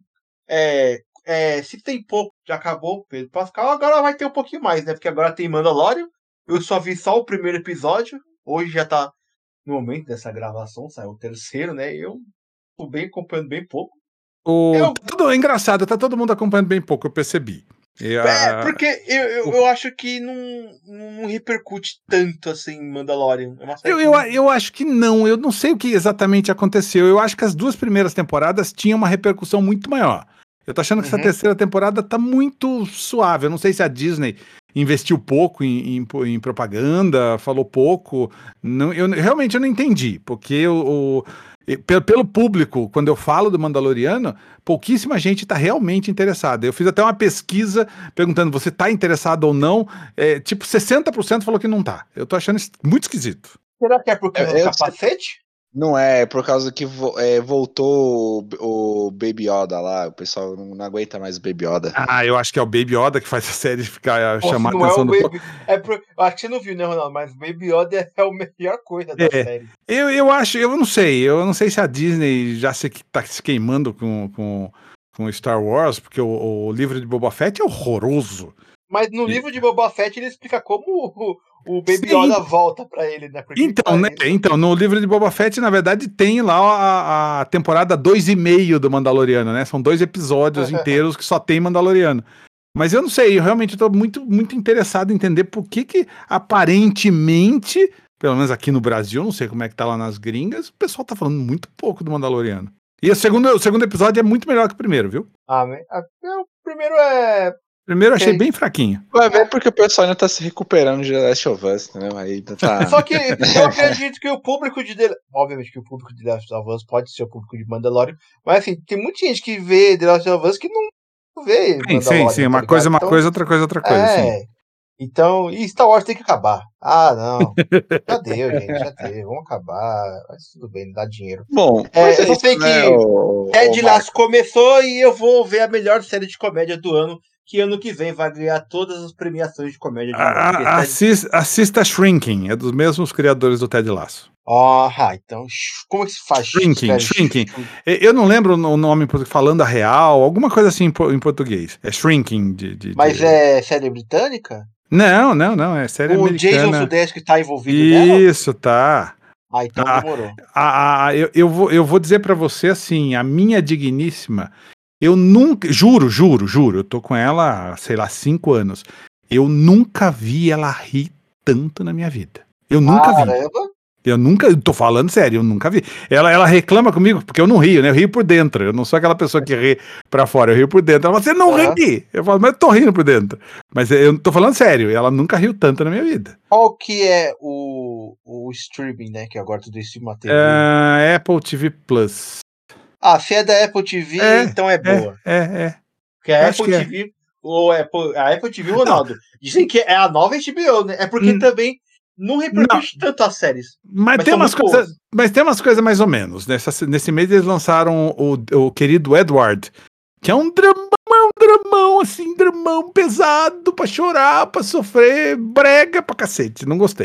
é, é, se tem pouco, já acabou Pedro Pascal, agora vai ter um pouquinho mais, né? Porque agora tem Mandalorian. Eu só vi só o primeiro episódio. Hoje já tá no momento dessa gravação, saiu o terceiro, né? Eu tô bem acompanhando bem pouco. O, Eu, tá tudo, é engraçado, tá todo mundo acompanhando bem pouco, eu percebi. E é, a- porque eu, eu, o- eu acho que não, não repercute tanto assim Mandalorian. É uma série eu, que eu, não- eu acho que não, eu não sei o que exatamente aconteceu. Eu acho que as duas primeiras temporadas tinham uma repercussão muito maior. Eu tô achando que essa Uhum. terceira temporada tá muito suave. Eu não sei se a Disney investiu pouco em, em- em propaganda, falou pouco. Não, eu realmente eu não entendi, porque o, o- e pe- pelo público, quando eu falo do Mandaloriano, pouquíssima gente está realmente interessada. Eu fiz até uma pesquisa perguntando: você está interessado ou não? É, tipo, sessenta por cento falou que não tá. Eu tô achando isso muito esquisito. Será que é por causa Eu- do eu- capacete? Não é, é por causa que vo- é, voltou o, o Baby Yoda lá, o pessoal não, não aguenta mais o Baby Yoda. Ah, eu acho que é o Baby Yoda que faz a série ficar Pô, se chamar a não é atenção o do povo. Baby. É pro... eu Acho que você não viu, né, Ronaldo? Mas o Baby Yoda é a melhor coisa da É, série. eu, eu acho, eu não sei, eu não sei se a Disney já se, tá se queimando com, com, com Star Wars, porque o, o livro de Boba Fett é horroroso. Mas no E- livro de Boba Fett ele explica como o, o Baby Sim. Yoda volta pra ele, né? Porque Então, né, ele- então, no livro de Boba Fett, na verdade, tem lá a, a temporada dois e meio do Mandaloriano, né? São dois episódios inteiros que só tem Mandaloriano. Mas eu não sei, eu realmente estou muito, muito interessado em entender por que que aparentemente, pelo menos aqui no Brasil, eu não sei como é que tá lá nas gringas, o pessoal tá falando muito pouco do Mandaloriano. E o segundo, o segundo episódio é muito melhor que o primeiro, viu? Ah, mas- ah, o primeiro é. O primeiro eu achei Ok. bem fraquinho. Vai ver porque o pessoal ainda tá se recuperando de The Last of Us, entendeu? Aí ainda tá. Só que eu acredito que o público de. The- Obviamente que o público de The Last of Us pode ser o público de Mandalorian, mas assim, tem muita gente que vê The Last of Us que não vê Sim, Mandalorian. sim, sim. tá Uma ligado? coisa é uma Então, coisa, outra coisa é outra coisa, sim. É. Então, e Star Wars tem que acabar. Ah, não. Já deu, gente, já deu. Vamos acabar. Mas tudo bem, não dá dinheiro. Bom, É, mas eu é só isso, sei né, que o, Ted o Lasso começou e eu vou ver a melhor série de comédia do ano, que ano que vem vai ganhar todas as premiações de comédia de novo. A- Porque a- Ted... assista, assista Shrinking, é dos mesmos criadores do Ted Lasso. Ah, então, sh- como é que se faz? Shrinking, Escreve Shrinking. sh- E- Eu não lembro o nome em portu- falando a real, alguma coisa assim em po- em português. É Shrinking de. de- Mas de- é série britânica? Não, não, não. É série O Jason americana. Sudeikis tá envolvido nela? Isso, tá. Ah, então Ah, demorou. A- a- eu, eu vou, eu vou dizer pra você assim, a minha digníssima, eu nunca, juro, juro, juro, eu tô com ela há, sei lá, cinco anos. Eu nunca vi ela rir tanto na minha vida. Eu nunca vi. Caramba. Eu nunca, eu tô falando sério, eu nunca vi. Ela, ela reclama comigo porque eu não rio, né? Eu rio por dentro. Eu não sou aquela pessoa que ri pra fora, eu rio por dentro. Ela fala, você não Aham. ri. Eu falo, mas eu tô rindo por dentro. Mas eu tô falando sério, ela nunca riu tanto na minha vida. Qual que é o, o streaming, né? Que agora tudo isso uma T V. Ah, Apple T V Plus. Ah, se é da Apple T V, É, então é boa. É, é, é. Porque a acho Apple que é. T V, ou Apple, a Apple T V, Ronaldo, dizem que é a nova H B O, né? É porque Hum. também não repercute tanto as séries. Mas, Mas tem são umas muito coisas, boas. mas tem umas coisas mais ou menos. Nessa, nesse mês eles lançaram o, o querido Edward, que é um dramão, um dramão, assim, dramão pesado pra chorar, pra sofrer, brega pra cacete. Não gostei.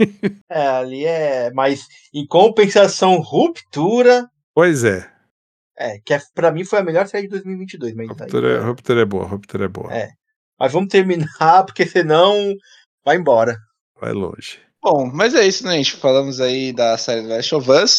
É, ali é. Mas em compensação, Ruptura. Pois é. É, que é, pra mim foi a melhor série de dois mil e vinte e dois. Mas, aí, Ruptura, é- Ruptura é boa, Ruptura é boa. É. mas vamos terminar, porque senão vai embora. Vai longe. Bom, mas é isso, né, gente? Falamos aí da série The Last of Us.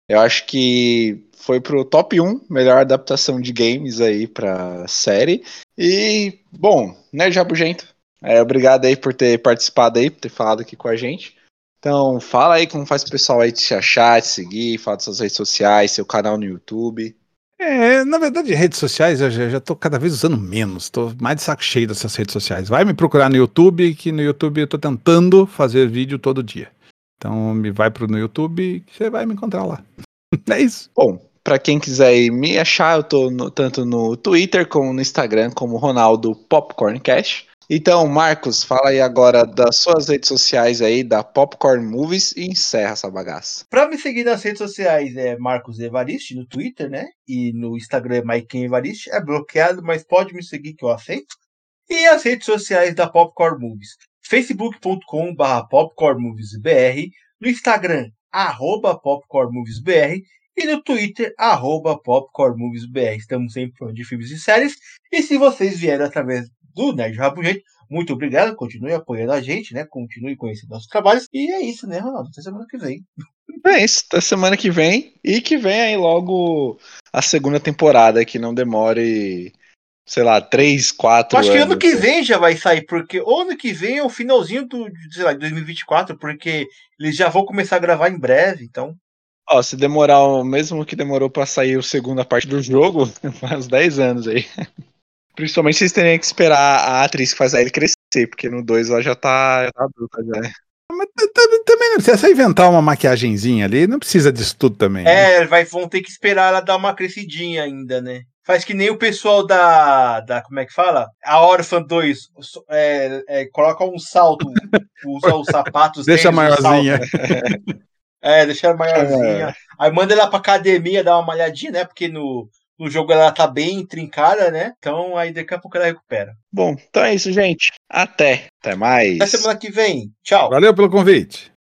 Eu acho que foi pro top um, melhor adaptação de games aí pra série. E, bom, Nerd Rabugento, é, obrigado aí por ter participado aí, por ter falado aqui com a gente. Então, fala aí como faz o pessoal aí te achar, te seguir, fala das suas redes sociais, seu canal no YouTube. É, na verdade, redes sociais eu já, já tô cada vez usando menos, tô mais de saco cheio dessas redes sociais. Vai me procurar no YouTube, que no YouTube eu tô tentando fazer vídeo todo dia. Então me vai pro no YouTube que você vai me encontrar lá. É isso. Bom, pra quem quiser ir me achar, eu tô no- tanto no Twitter como no Instagram, como Ronaldo Popcorncast. Então, Marcos, fala aí agora das suas redes sociais aí, da Popcorn Movies, e encerra essa bagaça. Pra me seguir nas redes sociais é Marcos Evariste no Twitter, né? E no Instagram é Maiken Evariste. É bloqueado, mas pode me seguir que eu aceito. E as redes sociais da Popcorn Movies. facebook ponto com barra popcornmoviesbr, no Instagram, arroba popcornmoviesbr, e no Twitter, arroba popcornmoviesbr. Estamos sempre falando de filmes e séries. E se vocês vieram através do Nerd Rabugento, muito obrigado. Continue apoiando a gente, né? Continue conhecendo nossos trabalhos. E é isso, né, Ronaldo? Até semana que vem. É isso, até semana que vem. E que vem aí logo a segunda temporada, que não demore, sei lá, três, Eu quatro acho que ano anos. que vem já vai sair, porque ou ano que vem é o finalzinho do, de, sei lá, de dois mil e vinte e quatro, porque eles já vão começar a gravar em breve, então. Ó, se demorar o mesmo que demorou pra sair a segunda parte do jogo, faz dez anos aí. Principalmente vocês teriam que esperar a atriz que faz a ele crescer, porque no dois ela já tá, já tá adulta já. Mas t- t- também não precisa, é só inventar uma maquiagenzinha ali, não precisa disso tudo também, né? É, vai, vão ter que esperar ela dar uma crescidinha ainda, né? Faz que nem o pessoal da. da como é que fala? A Orphan dois. É, é, coloca um salto, usa os sapatos Deixa deles, um salto. maiorzinha. É, deixa ela maiorzinha. Aí manda ela pra academia dar uma malhadinha, né? Porque no, no jogo ela tá bem trincada, né? Então aí daqui a pouco ela recupera. Bom, então é isso, gente. Até. Até Até mais. semana que vem. Tchau. Valeu pelo convite.